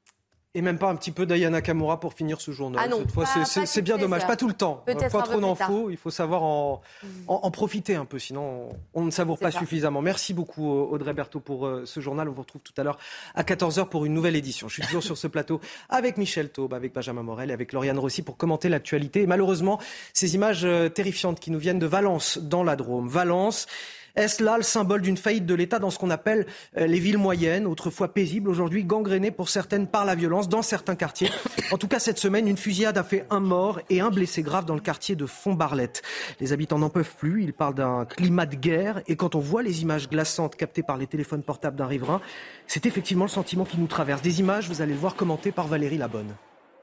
Et même pas un petit peu d'Aya Nakamura pour finir ce journal. Ah non, cette fois, pas, c'est, pas c'est, c'est bien dommage. Pas tout le temps. Peut-être pas un trop peu d'infos. Il faut savoir en, en, en profiter un peu, sinon on, on ne savoure c'est pas ça. suffisamment. Merci beaucoup Audrey Berthaud pour euh, ce journal. On vous retrouve tout à l'heure à quatorze heures pour une nouvelle édition. Je suis toujours sur ce plateau avec Michel Taube, avec Benjamin Morel et avec Lauriane Rossi pour commenter l'actualité. Et malheureusement, ces images euh, terrifiantes qui nous viennent de Valence, dans la Drôme. Valence. Est-ce là le symbole d'une faillite de l'État dans ce qu'on appelle les villes moyennes, autrefois paisibles, aujourd'hui gangrénées pour certaines par la violence dans certains quartiers. En tout cas, cette semaine, une fusillade a fait un mort et un blessé grave dans le quartier de Font-Barlette. Les habitants n'en peuvent plus, ils parlent d'un climat de guerre et quand on voit les images glaçantes captées par les téléphones portables d'un riverain, c'est effectivement le sentiment qui nous traverse. Des images, vous allez le voir commentées par Valérie Labonne.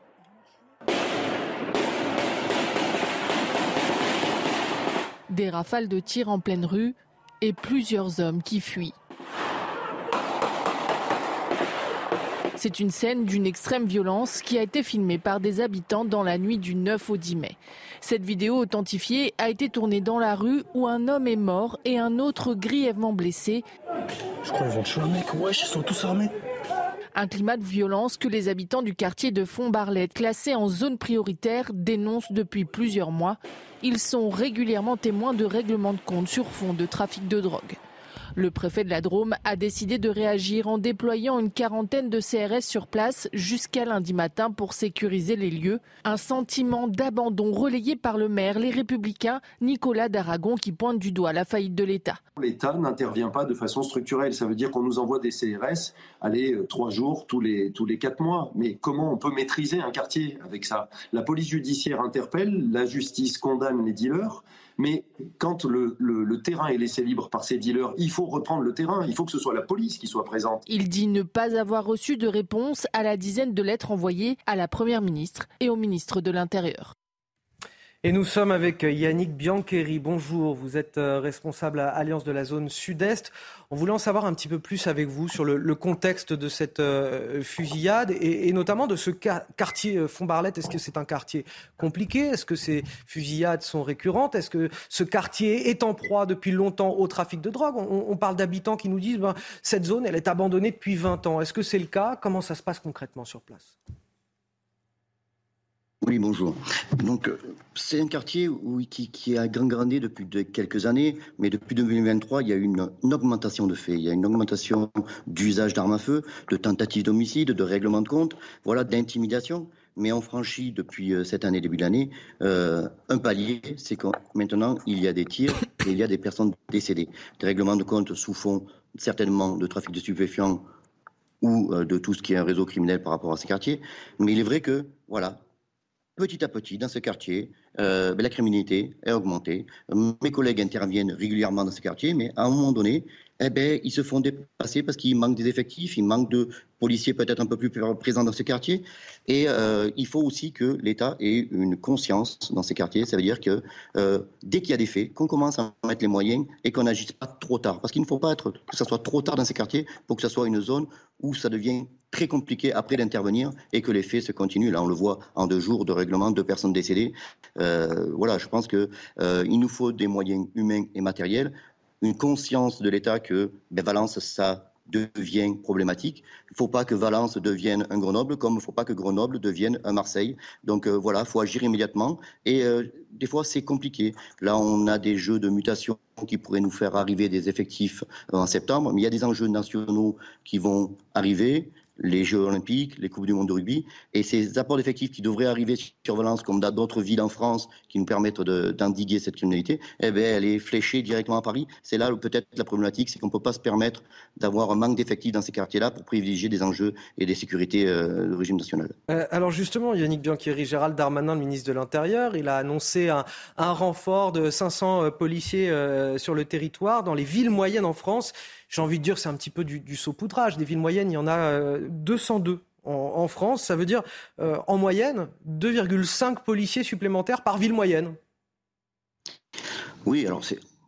Des rafales de tirs en pleine rue et plusieurs hommes qui fuient. C'est une scène d'une extrême violence qui a été filmée par des habitants dans la nuit du neuf au dix mai. Cette vidéo authentifiée a été tournée dans la rue où un homme est mort et un autre grièvement blessé. Je crois qu'ils vont tuer un mec, wesh, ils sont tous armés. Un climat de violence que les habitants du quartier de Font-Barlette, classé en zone prioritaire, dénoncent depuis plusieurs mois. Ils sont régulièrement témoins de règlements de compte sur fond de trafic de drogue. Le préfet de la Drôme a décidé de réagir en déployant une quarantaine de C R S sur place jusqu'à lundi matin pour sécuriser les lieux. Un sentiment d'abandon relayé par le maire, les Républicains, Nicolas Daragon, qui pointe du doigt la faillite de l'État. L'État n'intervient pas de façon structurelle. Ça veut dire qu'on nous envoie des C R S, allez, trois jours tous les, tous les quatre mois. Mais comment on peut maîtriser un quartier avec ça ? La police judiciaire interpelle, la justice condamne les dealers. Mais quand le, le, le terrain est laissé libre par ces dealers, il faut reprendre le terrain. Il faut que ce soit la police qui soit présente. Il dit ne pas avoir reçu de réponse à la dizaine de lettres envoyées à la Première ministre et au ministre de l'Intérieur. Et nous sommes avec Yannick Biancheri. Bonjour, vous êtes responsable à Alliance de la zone Sud-Est. On voulait en savoir un petit peu plus avec vous sur le, le contexte de cette euh, fusillade et, et notamment de ce ca- quartier Font-Barlette. Est-ce que c'est un quartier compliqué ? Est-ce que ces fusillades sont récurrentes ? Est-ce que ce quartier est en proie depuis longtemps au trafic de drogue ? on, on parle d'habitants qui nous disent ben, cette zone, elle est abandonnée depuis vingt ans. Est-ce que c'est le cas ? Comment ça se passe concrètement sur place ? Oui, bonjour. Donc, c'est un quartier où, qui, qui a gangréné depuis de, quelques années, mais depuis deux mille vingt-trois, il y a eu une, une augmentation de faits. Il y a une augmentation d'usage d'armes à feu, de tentatives d'homicide, de règlement de compte, voilà, d'intimidation. Mais on franchit depuis cette année, début d'année, euh, un palier, c'est que maintenant, il y a des tirs et il y a des personnes décédées. Des règlements de compte sous fond, certainement, de trafic de stupéfiants ou euh, de tout ce qui est un réseau criminel par rapport à ces quartiers. Mais il est vrai que, voilà, petit à petit, dans ce quartier, euh, ben, la criminalité est augmentée. Mes collègues interviennent régulièrement dans ce quartier, mais à un moment donné, eh ben, ils se font dépasser parce qu'il manque des effectifs, il manque de policiers peut-être un peu plus présents dans ce quartier. Et euh, il faut aussi que l'État ait une conscience dans ces quartiers. Ça veut dire que euh, dès qu'il y a des faits, qu'on commence à mettre les moyens et qu'on n'agisse pas trop tard. Parce qu'il ne faut pas être, que ça soit trop tard dans ces quartiers pour que ça soit une zone où ça devient très compliqué après d'intervenir et que les faits se continuent. Là, on le voit en deux jours de règlement, deux personnes décédées. Euh, voilà, je pense qu'il euh, nous faut des moyens humains et matériels, une conscience de l'État que ben, Valence, ça devient problématique. Il ne faut pas que Valence devienne un Grenoble, comme il ne faut pas que Grenoble devienne un Marseille. Donc euh, voilà, il faut agir immédiatement. Et euh, des fois, c'est compliqué. Là, on a des jeux de mutation qui pourraient nous faire arriver des effectifs en septembre, mais il y a des enjeux nationaux qui vont arriver, les Jeux Olympiques, les Coupes du Monde de rugby, et ces apports d'effectifs qui devraient arriver sur Valence, comme dans d'autres villes en France, qui nous permettent de, d'endiguer cette criminalité, eh bien, elle est fléchée directement à Paris. C'est là où peut-être la problématique, c'est qu'on ne peut pas se permettre d'avoir un manque d'effectifs dans ces quartiers-là pour privilégier des enjeux et des sécurités euh, de régime national. Euh, alors justement, Yannick Biancheri, Gérald Darmanin, le ministre de l'Intérieur, il a annoncé un, un renfort de cinq cents euh, policiers euh, sur le territoire, dans les villes moyennes en France. J'ai envie de dire, c'est un petit peu du, du saupoudrage. Des villes moyennes, il y en a euh, deux cent deux en, en France. Ça veut dire, euh, en moyenne, deux virgule cinq policiers supplémentaires par ville moyenne. Oui, alors c'est,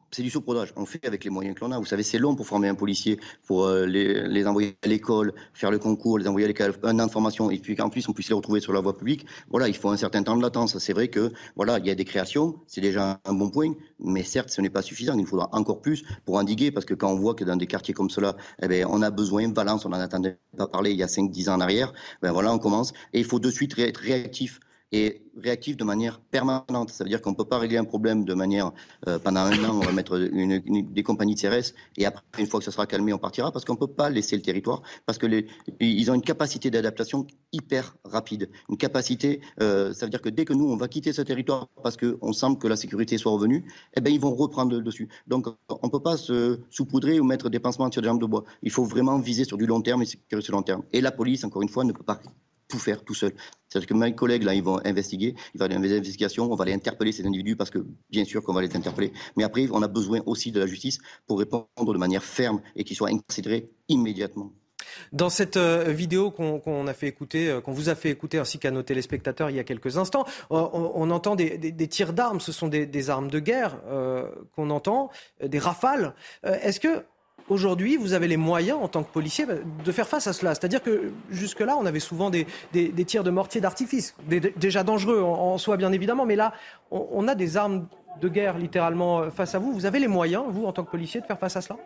c'est du saupoudrage. On fait avec les moyens que l'on a. Vous savez, c'est long pour former un policier, pour euh, les, les envoyer à l'école, faire le concours, les envoyer à l'école, un an de formation, et puis qu'en plus on puisse les retrouver sur la voie publique. Voilà, il faut un certain temps de latence. C'est vrai que voilà, il y a des créations, c'est déjà un bon point, mais certes, ce n'est pas suffisant. Il faudra encore plus pour endiguer, parce que quand on voit que dans des quartiers comme cela, eh bien, on a besoin. Valence, on n'en attendait pas parler il y a cinq dix ans en arrière. Ben voilà, on commence, et il faut de suite être réactif. Et réactif de manière permanente. Ça veut dire qu'on ne peut pas régler un problème de manière, euh, pendant un an, on va mettre une, une, des compagnies de C R S, et après, une fois que ça sera calmé, on partira, parce qu'on ne peut pas laisser le territoire, parce que les, ils ont une capacité d'adaptation hyper rapide. Une capacité, euh, ça veut dire que dès que nous, on va quitter ce territoire, parce qu'on semble que la sécurité soit revenue, eh ben, ils vont reprendre le dessus. Donc, on ne peut pas se saupoudrer ou mettre des pansements sur des jambes de bois. Il faut vraiment viser sur du long terme et sécuriser sur le long terme. Et la police, encore une fois, ne peut pas tout faire tout seul. C'est-à-dire que mes collègues, là, ils vont investiguer, il va y avoir des investigations, on va aller interpeller ces individus, parce que, bien sûr, qu'on va les interpeller. Mais après, on a besoin aussi de la justice pour répondre de manière ferme et qu'ils soient incarcérés immédiatement. Dans cette euh, vidéo qu'on, qu'on a fait écouter, euh, qu'on vous a fait écouter, ainsi qu'à nos téléspectateurs il y a quelques instants, euh, on, on entend des, des, des tirs d'armes. Ce sont des, des armes de guerre euh, qu'on entend, euh, des rafales. Euh, est-ce que aujourd'hui, vous avez les moyens, en tant que policier, de faire face à cela? C'est-à-dire que jusque-là, on avait souvent des, des, des tirs de mortier d'artifice, des, déjà dangereux en, en soi, bien évidemment, mais là, on, on a des armes de guerre littéralement face à vous. Vous avez les moyens, vous, en tant que policier, de faire face à cela?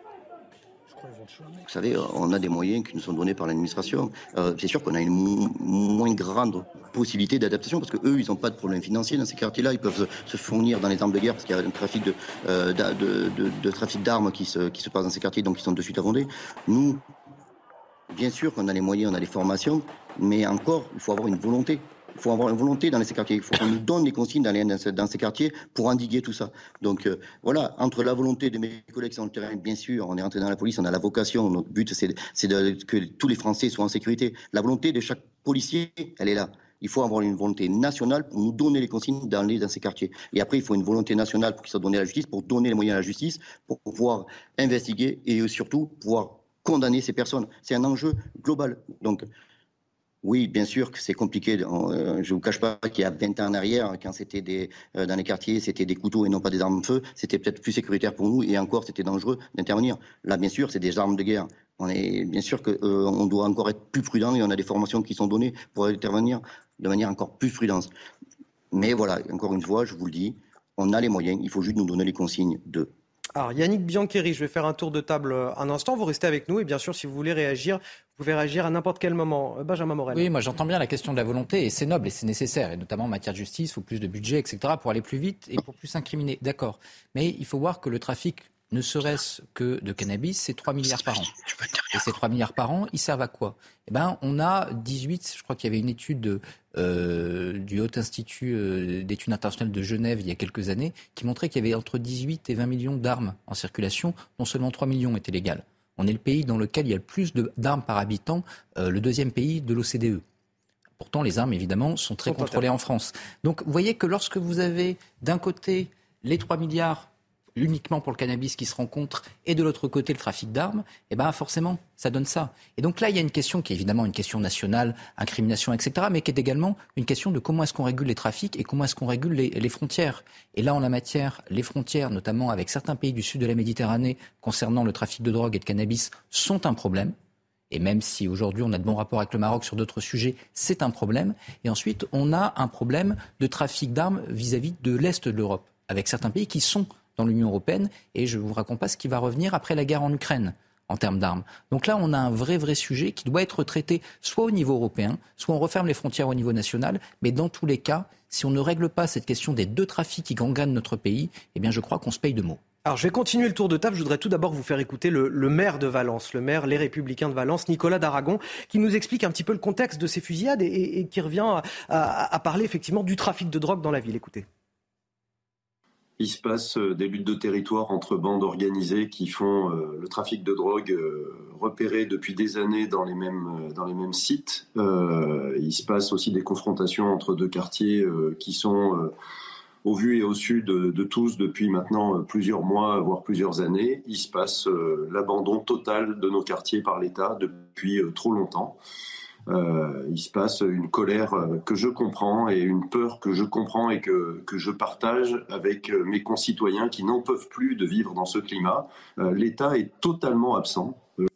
Vous savez, on a des moyens qui nous sont donnés par l'administration. Euh, c'est sûr qu'on a une mo- moins grande possibilité d'adaptation, parce qu'eux, ils n'ont pas de problème financier dans ces quartiers-là. Ils peuvent se, se fournir dans les armes de guerre, parce qu'il y a un trafic de, euh, de, de, de trafic d'armes qui se, qui se passe dans ces quartiers, donc ils sont de suite abondés. Nous, bien sûr qu'on a les moyens, on a les formations, mais encore, il faut avoir une volonté. Il faut avoir une volonté dans ces quartiers. Il faut qu'on nous donne les consignes d'aller dans, dans ces quartiers pour endiguer tout ça. Donc euh, voilà, entre la volonté de mes collègues sur le terrain, bien sûr, on est rentré dans la police, on a la vocation. Notre but, c'est, c'est de, que tous les Français soient en sécurité. La volonté de chaque policier, elle est là. Il faut avoir une volonté nationale pour nous donner les consignes d'aller dans ces quartiers. Et après, il faut une volonté nationale pour qu'ils soient donnés à la justice, pour donner les moyens à la justice, pour pouvoir investiguer et surtout pouvoir condamner ces personnes. C'est un enjeu global. Donc, oui, bien sûr que c'est compliqué. Je ne vous cache pas qu'il y a vingt ans en arrière, quand c'était des, euh, dans les quartiers, c'était des couteaux et non pas des armes de feu, c'était peut-être plus sécuritaire pour nous, et encore, c'était dangereux d'intervenir. Là, bien sûr, c'est des armes de guerre. On est bien sûr qu'on euh, doit encore être plus prudent, et on a des formations qui sont données pour intervenir de manière encore plus prudente. Mais voilà, encore une fois, je vous le dis, on a les moyens, il faut juste nous donner les consignes de... Alors Yannick Biancheri, je vais faire un tour de table un instant, vous restez avec nous et bien sûr si vous voulez réagir, vous pouvez réagir à n'importe quel moment. Benjamin Morel. Oui, moi j'entends bien la question de la volonté et c'est noble et c'est nécessaire, et notamment en matière de justice, il faut plus de budget, et cetera pour aller plus vite et pour plus s'incriminer. D'accord, mais il faut voir que le trafic, ne serait-ce que de cannabis, c'est trois milliards par an. Et ces trois milliards par an, ils servent à quoi? Eh ben, on a dix-huit, je crois qu'il y avait une étude euh, du Haut Institut euh, d'études internationales de Genève il y a quelques années qui montrait qu'il y avait entre dix-huit et vingt millions d'armes en circulation, dont seulement trois millions étaient légales. On est le pays dans lequel il y a le plus de, d'armes par habitant, euh, le deuxième pays de l'O C D E. Pourtant, les armes, évidemment, sont très contrôlées en France. Donc, vous voyez que lorsque vous avez d'un côté les trois milliards uniquement pour le cannabis qui se rencontrent, et de l'autre côté le trafic d'armes, et ben forcément, ça donne ça. Et donc là, il y a une question qui est évidemment une question nationale, incrimination, et cetera, mais qui est également une question de comment est-ce qu'on régule les trafics et comment est-ce qu'on régule les, les frontières. Et là, en la matière, les frontières, notamment avec certains pays du sud de la Méditerranée, concernant le trafic de drogue et de cannabis, sont un problème. Et même si aujourd'hui on a de bons rapports avec le Maroc sur d'autres sujets, c'est un problème. Et ensuite, on a un problème de trafic d'armes vis-à-vis de l'Est de l'Europe, avec certains pays qui sont dans l'Union européenne, et je ne vous raconte pas ce qui va revenir après la guerre en Ukraine en termes d'armes. Donc là, on a un vrai, vrai sujet qui doit être traité soit au niveau européen, soit on referme les frontières au niveau national, mais dans tous les cas, si on ne règle pas cette question des deux trafics qui gangrènent notre pays, eh bien je crois qu'on se paye de mots. Alors je vais continuer le tour de table. Je voudrais tout d'abord vous faire écouter le, le maire de Valence, le maire Les Républicains de Valence, Nicolas d'Aragon, qui nous explique un petit peu le contexte de ces fusillades et, et, et qui revient à, à, à parler effectivement du trafic de drogue dans la ville. Écoutez. Il se passe des luttes de territoire entre bandes organisées qui font euh, le trafic de drogue euh, repéré depuis des années dans les mêmes, euh, dans les mêmes sites. Euh, il se passe aussi des confrontations entre deux quartiers euh, qui sont euh, au vu et au su de, de tous depuis maintenant plusieurs mois, voire plusieurs années. Il se passe euh, l'abandon total de nos quartiers par l'État depuis euh, trop longtemps. Euh, il se passe une colère que je comprends et une peur que je comprends et que, que je partage avec mes concitoyens qui n'en peuvent plus de vivre dans ce climat. Euh, L'État est totalement absent. Euh...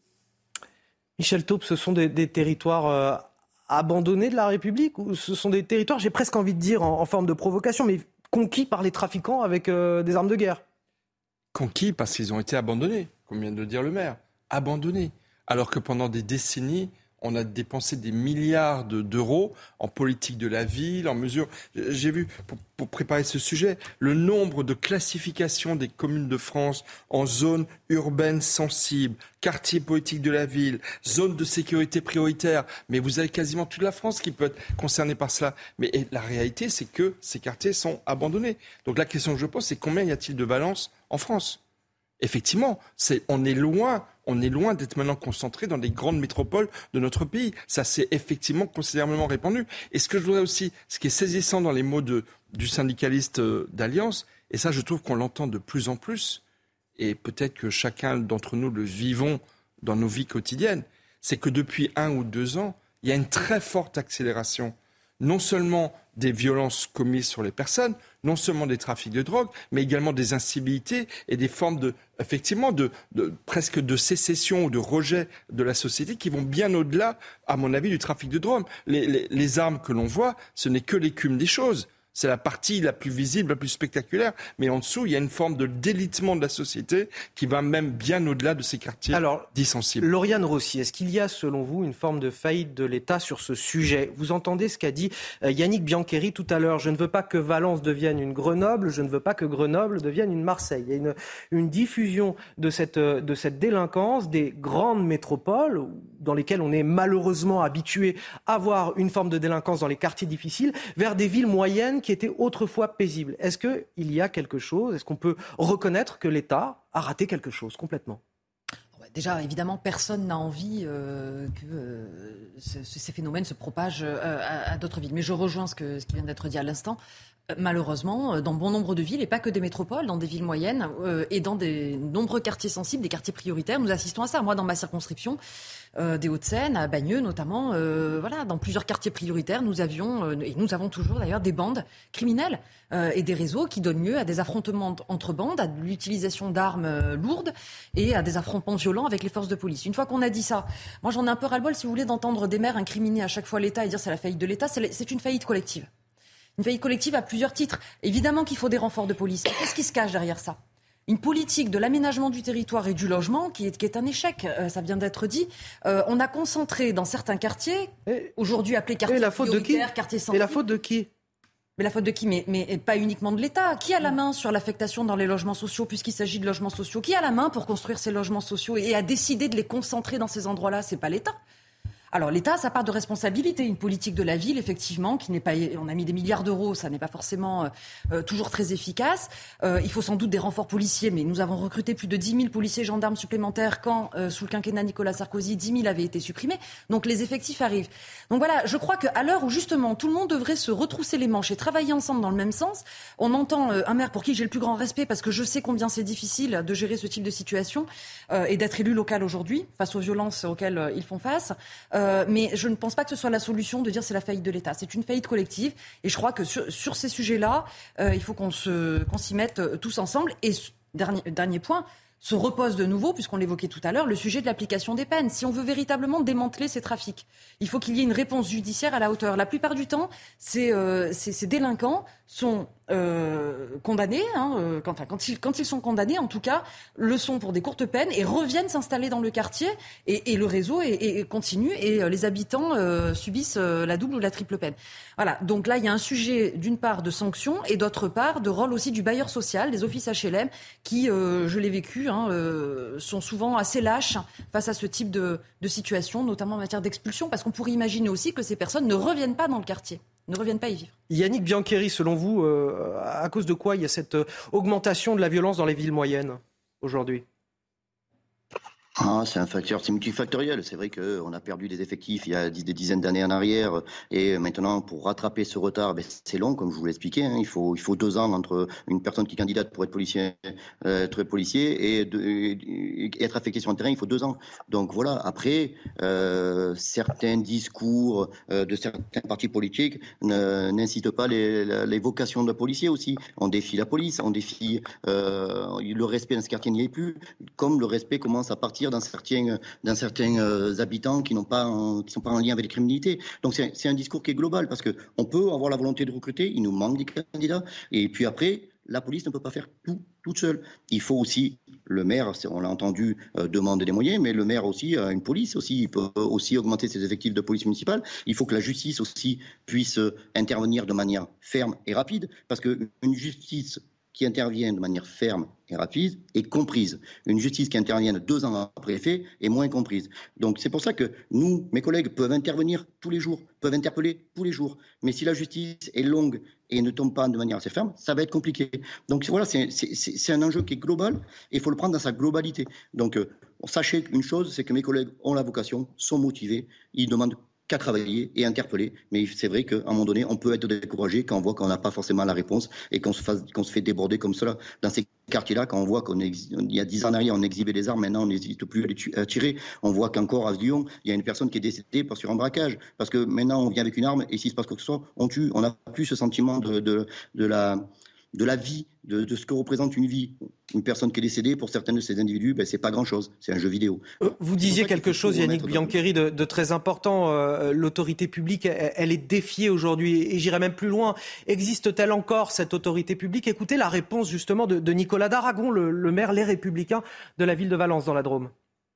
Michel Taube, ce sont des, des territoires euh, abandonnés de la République ou ce sont des territoires, j'ai presque envie de dire en, en forme de provocation, mais conquis par les trafiquants avec euh, des armes de guerre? Conquis parce qu'ils ont été abandonnés, comme vient de le dire le maire. Abandonnés. Alors que pendant des décennies, on a dépensé des milliards de, d'euros en politique de la ville, en mesure... J'ai vu, pour, pour préparer ce sujet, le nombre de classifications des communes de France en zones urbaines sensibles, quartier politique de la ville, zone de sécurité prioritaire. Mais vous avez quasiment toute la France qui peut être concernée par cela. Mais et la réalité, c'est que ces quartiers sont abandonnés. Donc la question que je pose, c'est combien y a-t-il de Valence en France ? Effectivement, c'est, on est loin, on est loin d'être maintenant concentré dans les grandes métropoles de notre pays. Ça s'est effectivement considérablement répandu. Et ce que je voudrais aussi, ce qui est saisissant dans les mots de, du syndicaliste d'Alliance, et ça je trouve qu'on l'entend de plus en plus, et peut-être que chacun d'entre nous le vivons dans nos vies quotidiennes, c'est que depuis un ou deux ans, il y a une très forte accélération, non seulement des violences commises sur les personnes, non seulement des trafics de drogue, mais également des incivilités et des formes de, effectivement, de, de presque de sécession ou de rejet de la société qui vont bien au-delà, à mon avis, du trafic de drogue. Les, les, les armes que l'on voit, ce n'est que l'écume des choses. C'est la partie la plus visible, la plus spectaculaire. Mais en dessous, il y a une forme de délitement de la société qui va même bien au-delà de ces quartiers Alors, dits sensibles. Lauriane Rossi, est-ce qu'il y a, selon vous, une forme de faillite de l'État sur ce sujet ? Vous entendez ce qu'a dit Yannick Biancheri tout à l'heure. Je ne veux pas que Valence devienne une Grenoble, je ne veux pas que Grenoble devienne une Marseille. Il y a une, une diffusion de cette, de cette délinquance des grandes métropoles dans lesquelles on est malheureusement habitué à voir une forme de délinquance dans les quartiers difficiles vers des villes moyennes qui étaient autrefois paisibles. Est-ce qu'il y a quelque chose ? Est-ce qu'on peut reconnaître que l'État a raté quelque chose complètement ? Déjà, évidemment, personne n'a envie euh, que euh, ce, ces phénomènes se propagent euh, à, à d'autres villes. Mais je rejoins ce, que, ce qui vient d'être dit à l'instant. Euh, malheureusement, dans bon nombre de villes, et pas que des métropoles, dans des villes moyennes euh, et dans des nombreux quartiers sensibles, des quartiers prioritaires, nous assistons à ça. Moi, dans ma circonscription euh, des Hauts-de-Seine, à Bagneux notamment, euh, voilà, dans plusieurs quartiers prioritaires, nous avions, euh, et nous avons toujours d'ailleurs, des bandes criminelles euh, et des réseaux qui donnent lieu à des affrontements entre bandes, à l'utilisation d'armes euh, lourdes et à des affrontements violents avec les forces de police. Une fois qu'on a dit ça, moi j'en ai un peu ras-le-bol, si vous voulez, d'entendre des maires incriminer à chaque fois l'État et dire c'est la faillite de l'État. C'est, c'est une faillite collective. Une faillite collective à plusieurs titres. Évidemment qu'il faut des renforts de police. Qu'est-ce qui se cache derrière ça ? Une politique de l'aménagement du territoire et du logement qui est, qui est un échec, euh, ça vient d'être dit. Euh, on a concentré dans certains quartiers, et, aujourd'hui appelés quartiers prioritaires, quartiers sensibles. Et la faute de qui ? Mais la faute de qui ? mais, mais pas uniquement de l'État. Qui a la main sur l'affectation dans les logements sociaux, puisqu'il s'agit de logements sociaux ? Qui a la main pour construire ces logements sociaux et a décidé de les concentrer dans ces endroits-là ? C'est pas l'État. Alors l'État a sa part de responsabilité, une politique de la ville effectivement qui n'est pas, on a mis des milliards d'euros, ça n'est pas forcément euh, toujours très efficace. Euh, il faut sans doute des renforts policiers, mais nous avons recruté plus de dix mille policiers gendarmes supplémentaires quand euh, sous le quinquennat Nicolas Sarkozy, dix mille avaient été supprimés. Donc les effectifs arrivent. Donc voilà, je crois qu'à l'heure où justement tout le monde devrait se retrousser les manches et travailler ensemble dans le même sens, on entend euh, un maire pour qui j'ai le plus grand respect parce que je sais combien c'est difficile de gérer ce type de situation euh, et d'être élu local aujourd'hui face aux violences auxquelles euh, ils font face. Euh, mais je ne pense pas que ce soit la solution de dire c'est la faillite de l'État. C'est une faillite collective et je crois que sur, sur ces sujets-là, euh, il faut qu'on, se, qu'on s'y mette euh, tous ensemble. Et dernier, dernier point, se repose de nouveau, puisqu'on l'évoquait tout à l'heure, le sujet de l'application des peines. Si on veut véritablement démanteler ces trafics, il faut qu'il y ait une réponse judiciaire à la hauteur. La plupart du temps, ces, euh, ces, ces délinquants sont euh, condamnés, hein, euh, quand, enfin, quand, ils, quand ils sont condamnés, en tout cas, le sont pour des courtes peines et reviennent s'installer dans le quartier et, et le réseau est, est, continue et euh, les habitants euh, subissent euh, la double ou la triple peine. Voilà, donc là, il y a un sujet d'une part de sanctions et d'autre part de rôle aussi du bailleur social, des offices H L M qui, euh, je l'ai vécu, hein, euh, sont souvent assez lâches face à ce type de, de situation, notamment en matière d'expulsion, parce qu'on pourrait imaginer aussi que ces personnes ne reviennent pas dans le quartier, ne reviennent pas y vivre. Yannick Biancheri, selon vous, euh, à cause de quoi il y a cette euh, augmentation de la violence dans les villes moyennes aujourd'hui ? Ah, c'est un facteur, c'est multifactoriel. C'est vrai qu'on a perdu des effectifs il y a des dizaines d'années en arrière. Et maintenant, pour rattraper ce retard, ben, c'est long, comme je vous l'ai expliqué. Hein. Il faut, il faut deux ans entre une personne qui candidate pour être policier, euh, être policier et, de, et être affecté sur un terrain, il faut deux ans. Donc voilà, après, euh, certains discours euh, de certains partis politiques ne, n'incitent pas les, les vocations de policiers aussi. On défie la police, on défie euh, le respect dans ce quartier n'y est plus, comme le respect commence à partir d'un certain, d'un certains euh, habitants qui n'ont pas, en, qui sont pas en lien avec les criminalités. Donc c'est, c'est un discours qui est global parce que on peut avoir la volonté de recruter, il nous manque des candidats, et puis après la police ne peut pas faire tout toute seule. Il faut aussi le maire, on l'a entendu, euh, demander des moyens, mais le maire aussi a une police aussi, il peut aussi augmenter ses effectifs de police municipale. Il faut que la justice aussi puisse intervenir de manière ferme et rapide, parce que une justice qui intervient de manière ferme et rapide est comprise. Une justice qui intervient deux ans après les faits est moins comprise. Donc c'est pour ça que nous, mes collègues, peuvent intervenir tous les jours, peuvent interpeller tous les jours. Mais si la justice est longue et ne tombe pas de manière assez ferme, ça va être compliqué. Donc voilà, c'est, c'est, c'est un enjeu qui est global et il faut le prendre dans sa globalité. Donc euh, sachez une chose, c'est que mes collègues ont la vocation, sont motivés, ils demandent qu'à travailler et interpeller. Mais c'est vrai qu'à un moment donné, on peut être découragé quand on voit qu'on n'a pas forcément la réponse et qu'on se, fasse, qu'on se fait déborder comme cela. Dans ces quartiers-là, quand on voit qu'il y a dix ans en arrière, on exhibait les armes, maintenant on n'hésite plus à les tu- à tirer. On voit qu'encore à Lyon, il y a une personne qui est décédée sur un braquage. Parce que maintenant, on vient avec une arme et s'il se passe quoi que ce soit, on tue. On n'a plus ce sentiment de, de, de la... de la vie, de, de ce que représente une vie. Une personne qui est décédée, pour certains de ces individus, ben, c'est pas grand-chose, c'est un jeu vidéo. Euh, vous disiez quelque chose, Yannick Biancheri, de, de très important. Euh, l'autorité publique, elle, elle est défiée aujourd'hui, et j'irai même plus loin. Existe-t-elle encore, cette autorité publique ? Écoutez la réponse justement de, de Nicolas Daragon, le, le maire Les Républicains de la ville de Valence, dans la Drôme.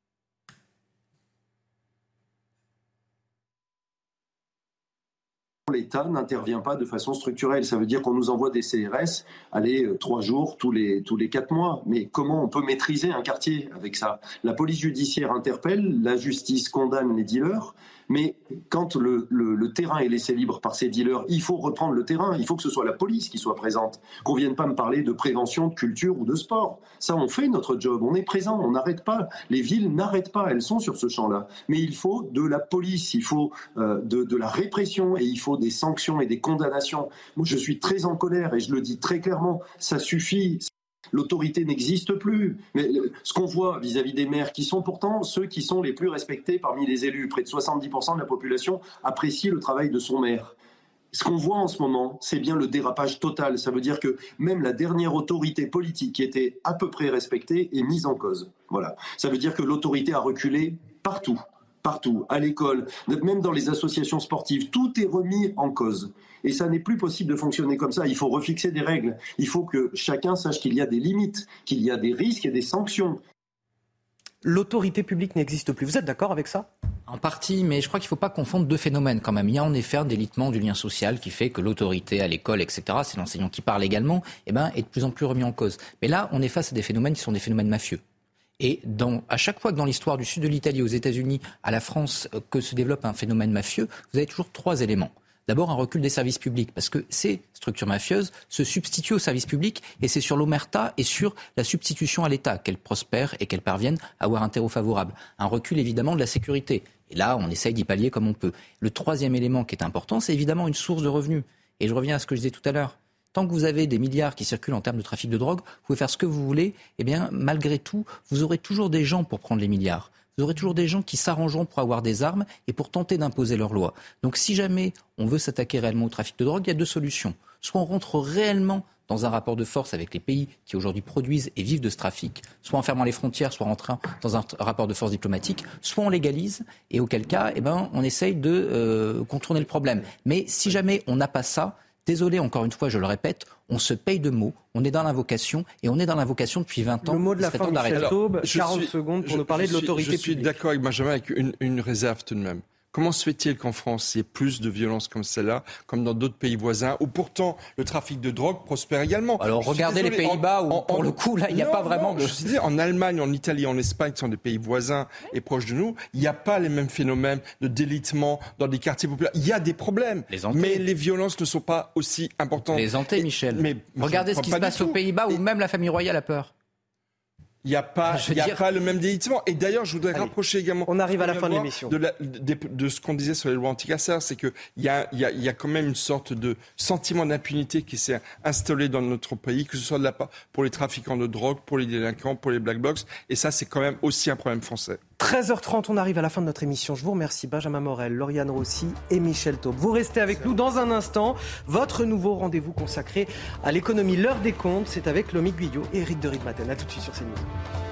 L'État n'intervient pas de façon structurelle. Ça veut dire qu'on nous envoie des C R S, allez, euh, trois jours tous les, tous les quatre mois. Mais comment on peut maîtriser un quartier avec ça ? La police judiciaire interpelle, la justice condamne les dealers, mais quand le, le, le terrain est laissé libre par ces dealers, il faut reprendre le terrain, il faut que ce soit la police qui soit présente. Qu'on ne vienne pas me parler de prévention, de culture ou de sport. Ça, on fait notre job, on est présent, on n'arrête pas. Les villes n'arrêtent pas, elles sont sur ce champ-là. Mais il faut de la police, il faut euh, de, de la répression et il faut des sanctions et des condamnations. Moi, je suis très en colère et je le dis très clairement, ça suffit. L'autorité n'existe plus. Mais ce qu'on voit vis-à-vis des maires, qui sont pourtant ceux qui sont les plus respectés parmi les élus, près de soixante-dix pour cent de la population apprécie le travail de son maire. Ce qu'on voit en ce moment, c'est bien le dérapage total. Ça veut dire que même la dernière autorité politique qui était à peu près respectée est mise en cause. Voilà. Ça veut dire que l'autorité a reculé partout. Partout, à l'école, même dans les associations sportives, tout est remis en cause. Et ça n'est plus possible de fonctionner comme ça. Il faut refixer des règles. Il faut que chacun sache qu'il y a des limites, qu'il y a des risques et des sanctions. L'autorité publique n'existe plus. Vous êtes d'accord avec ça ? En partie, mais je crois qu'il ne faut pas confondre deux phénomènes quand même. Il y a en effet un délitement du lien social qui fait que l'autorité à l'école, et cetera, c'est l'enseignant qui parle également, eh ben, est de plus en plus remis en cause. Mais là, on est face à des phénomènes qui sont des phénomènes mafieux. Et dans, à chaque fois que dans l'histoire du sud de l'Italie, aux États-Unis, à la France, que se développe un phénomène mafieux, vous avez toujours trois éléments. D'abord, un recul des services publics, parce que ces structures mafieuses se substituent aux services publics, et c'est sur l'omerta et sur la substitution à l'État qu'elles prospèrent et qu'elles parviennent à avoir un terreau favorable. Un recul, évidemment, de la sécurité. Et là, on essaye d'y pallier comme on peut. Le troisième élément qui est important, c'est évidemment une source de revenus. Et je reviens à ce que je disais tout à l'heure. Tant que vous avez des milliards qui circulent en termes de trafic de drogue, vous pouvez faire ce que vous voulez, eh bien, malgré tout, vous aurez toujours des gens pour prendre les milliards. Vous aurez toujours des gens qui s'arrangeront pour avoir des armes et pour tenter d'imposer leurs lois. Donc si jamais on veut s'attaquer réellement au trafic de drogue, il y a deux solutions. Soit on rentre réellement dans un rapport de force avec les pays qui aujourd'hui produisent et vivent de ce trafic, soit en fermant les frontières, soit en rentrant dans un rapport de force diplomatique, soit on légalise et auquel cas, eh ben, on essaye de euh, contourner le problème. Mais si jamais on n'a pas ça, désolé, encore une fois, je le répète, on se paye de mots, on est dans l'invocation, et on est dans l'invocation depuis vingt ans. Le mot de la fin, Michel Taube, quarante suis, secondes pour je, nous parler je de l'autorité suis, je suis publique. d'accord avec Benjamin, avec une, une réserve tout de même. Comment se fait-il qu'en France, il y ait plus de violences comme celle-là, comme dans d'autres pays voisins, où pourtant le trafic de drogue prospère également ? Alors regardez désolé, les Pays-Bas, où en, pour en, le coup, là, il n'y a non, pas vraiment non, de... Je disais, en Allemagne, en Italie, en Espagne, qui sont des pays voisins et proches de nous, il n'y a pas les mêmes phénomènes de délitement dans des quartiers populaires. Il y a des problèmes, les mais les violences ne sont pas aussi importantes. Les hantés, Michel. Mais regardez ce qui se passe aux Pays-Bas, où même la famille royale a peur. Il n'y a pas, il y a dire... pas le même délitement. Et d'ailleurs, je voudrais Allez, rapprocher également. On arrive à la fin de l'émission. De, la, de, de ce qu'on disait sur les lois anti-casseurs, c'est qu'il y a, y, a, y a quand même une sorte de sentiment d'impunité qui s'est installé dans notre pays, que ce soit de la part pour les trafiquants de drogue, pour les délinquants, pour les black blocs. Et ça, c'est quand même aussi un problème français. treize heures trente, on arrive à la fin de notre émission. Je vous remercie Benjamin Morel, Lauriane Rossi et Michel Taube. Vous restez avec nous dans un instant. Votre nouveau rendez-vous consacré à l'économie. L'heure des comptes, c'est avec Lomique Guyot et Éric de Ritmaten. A tout de suite sur CNews.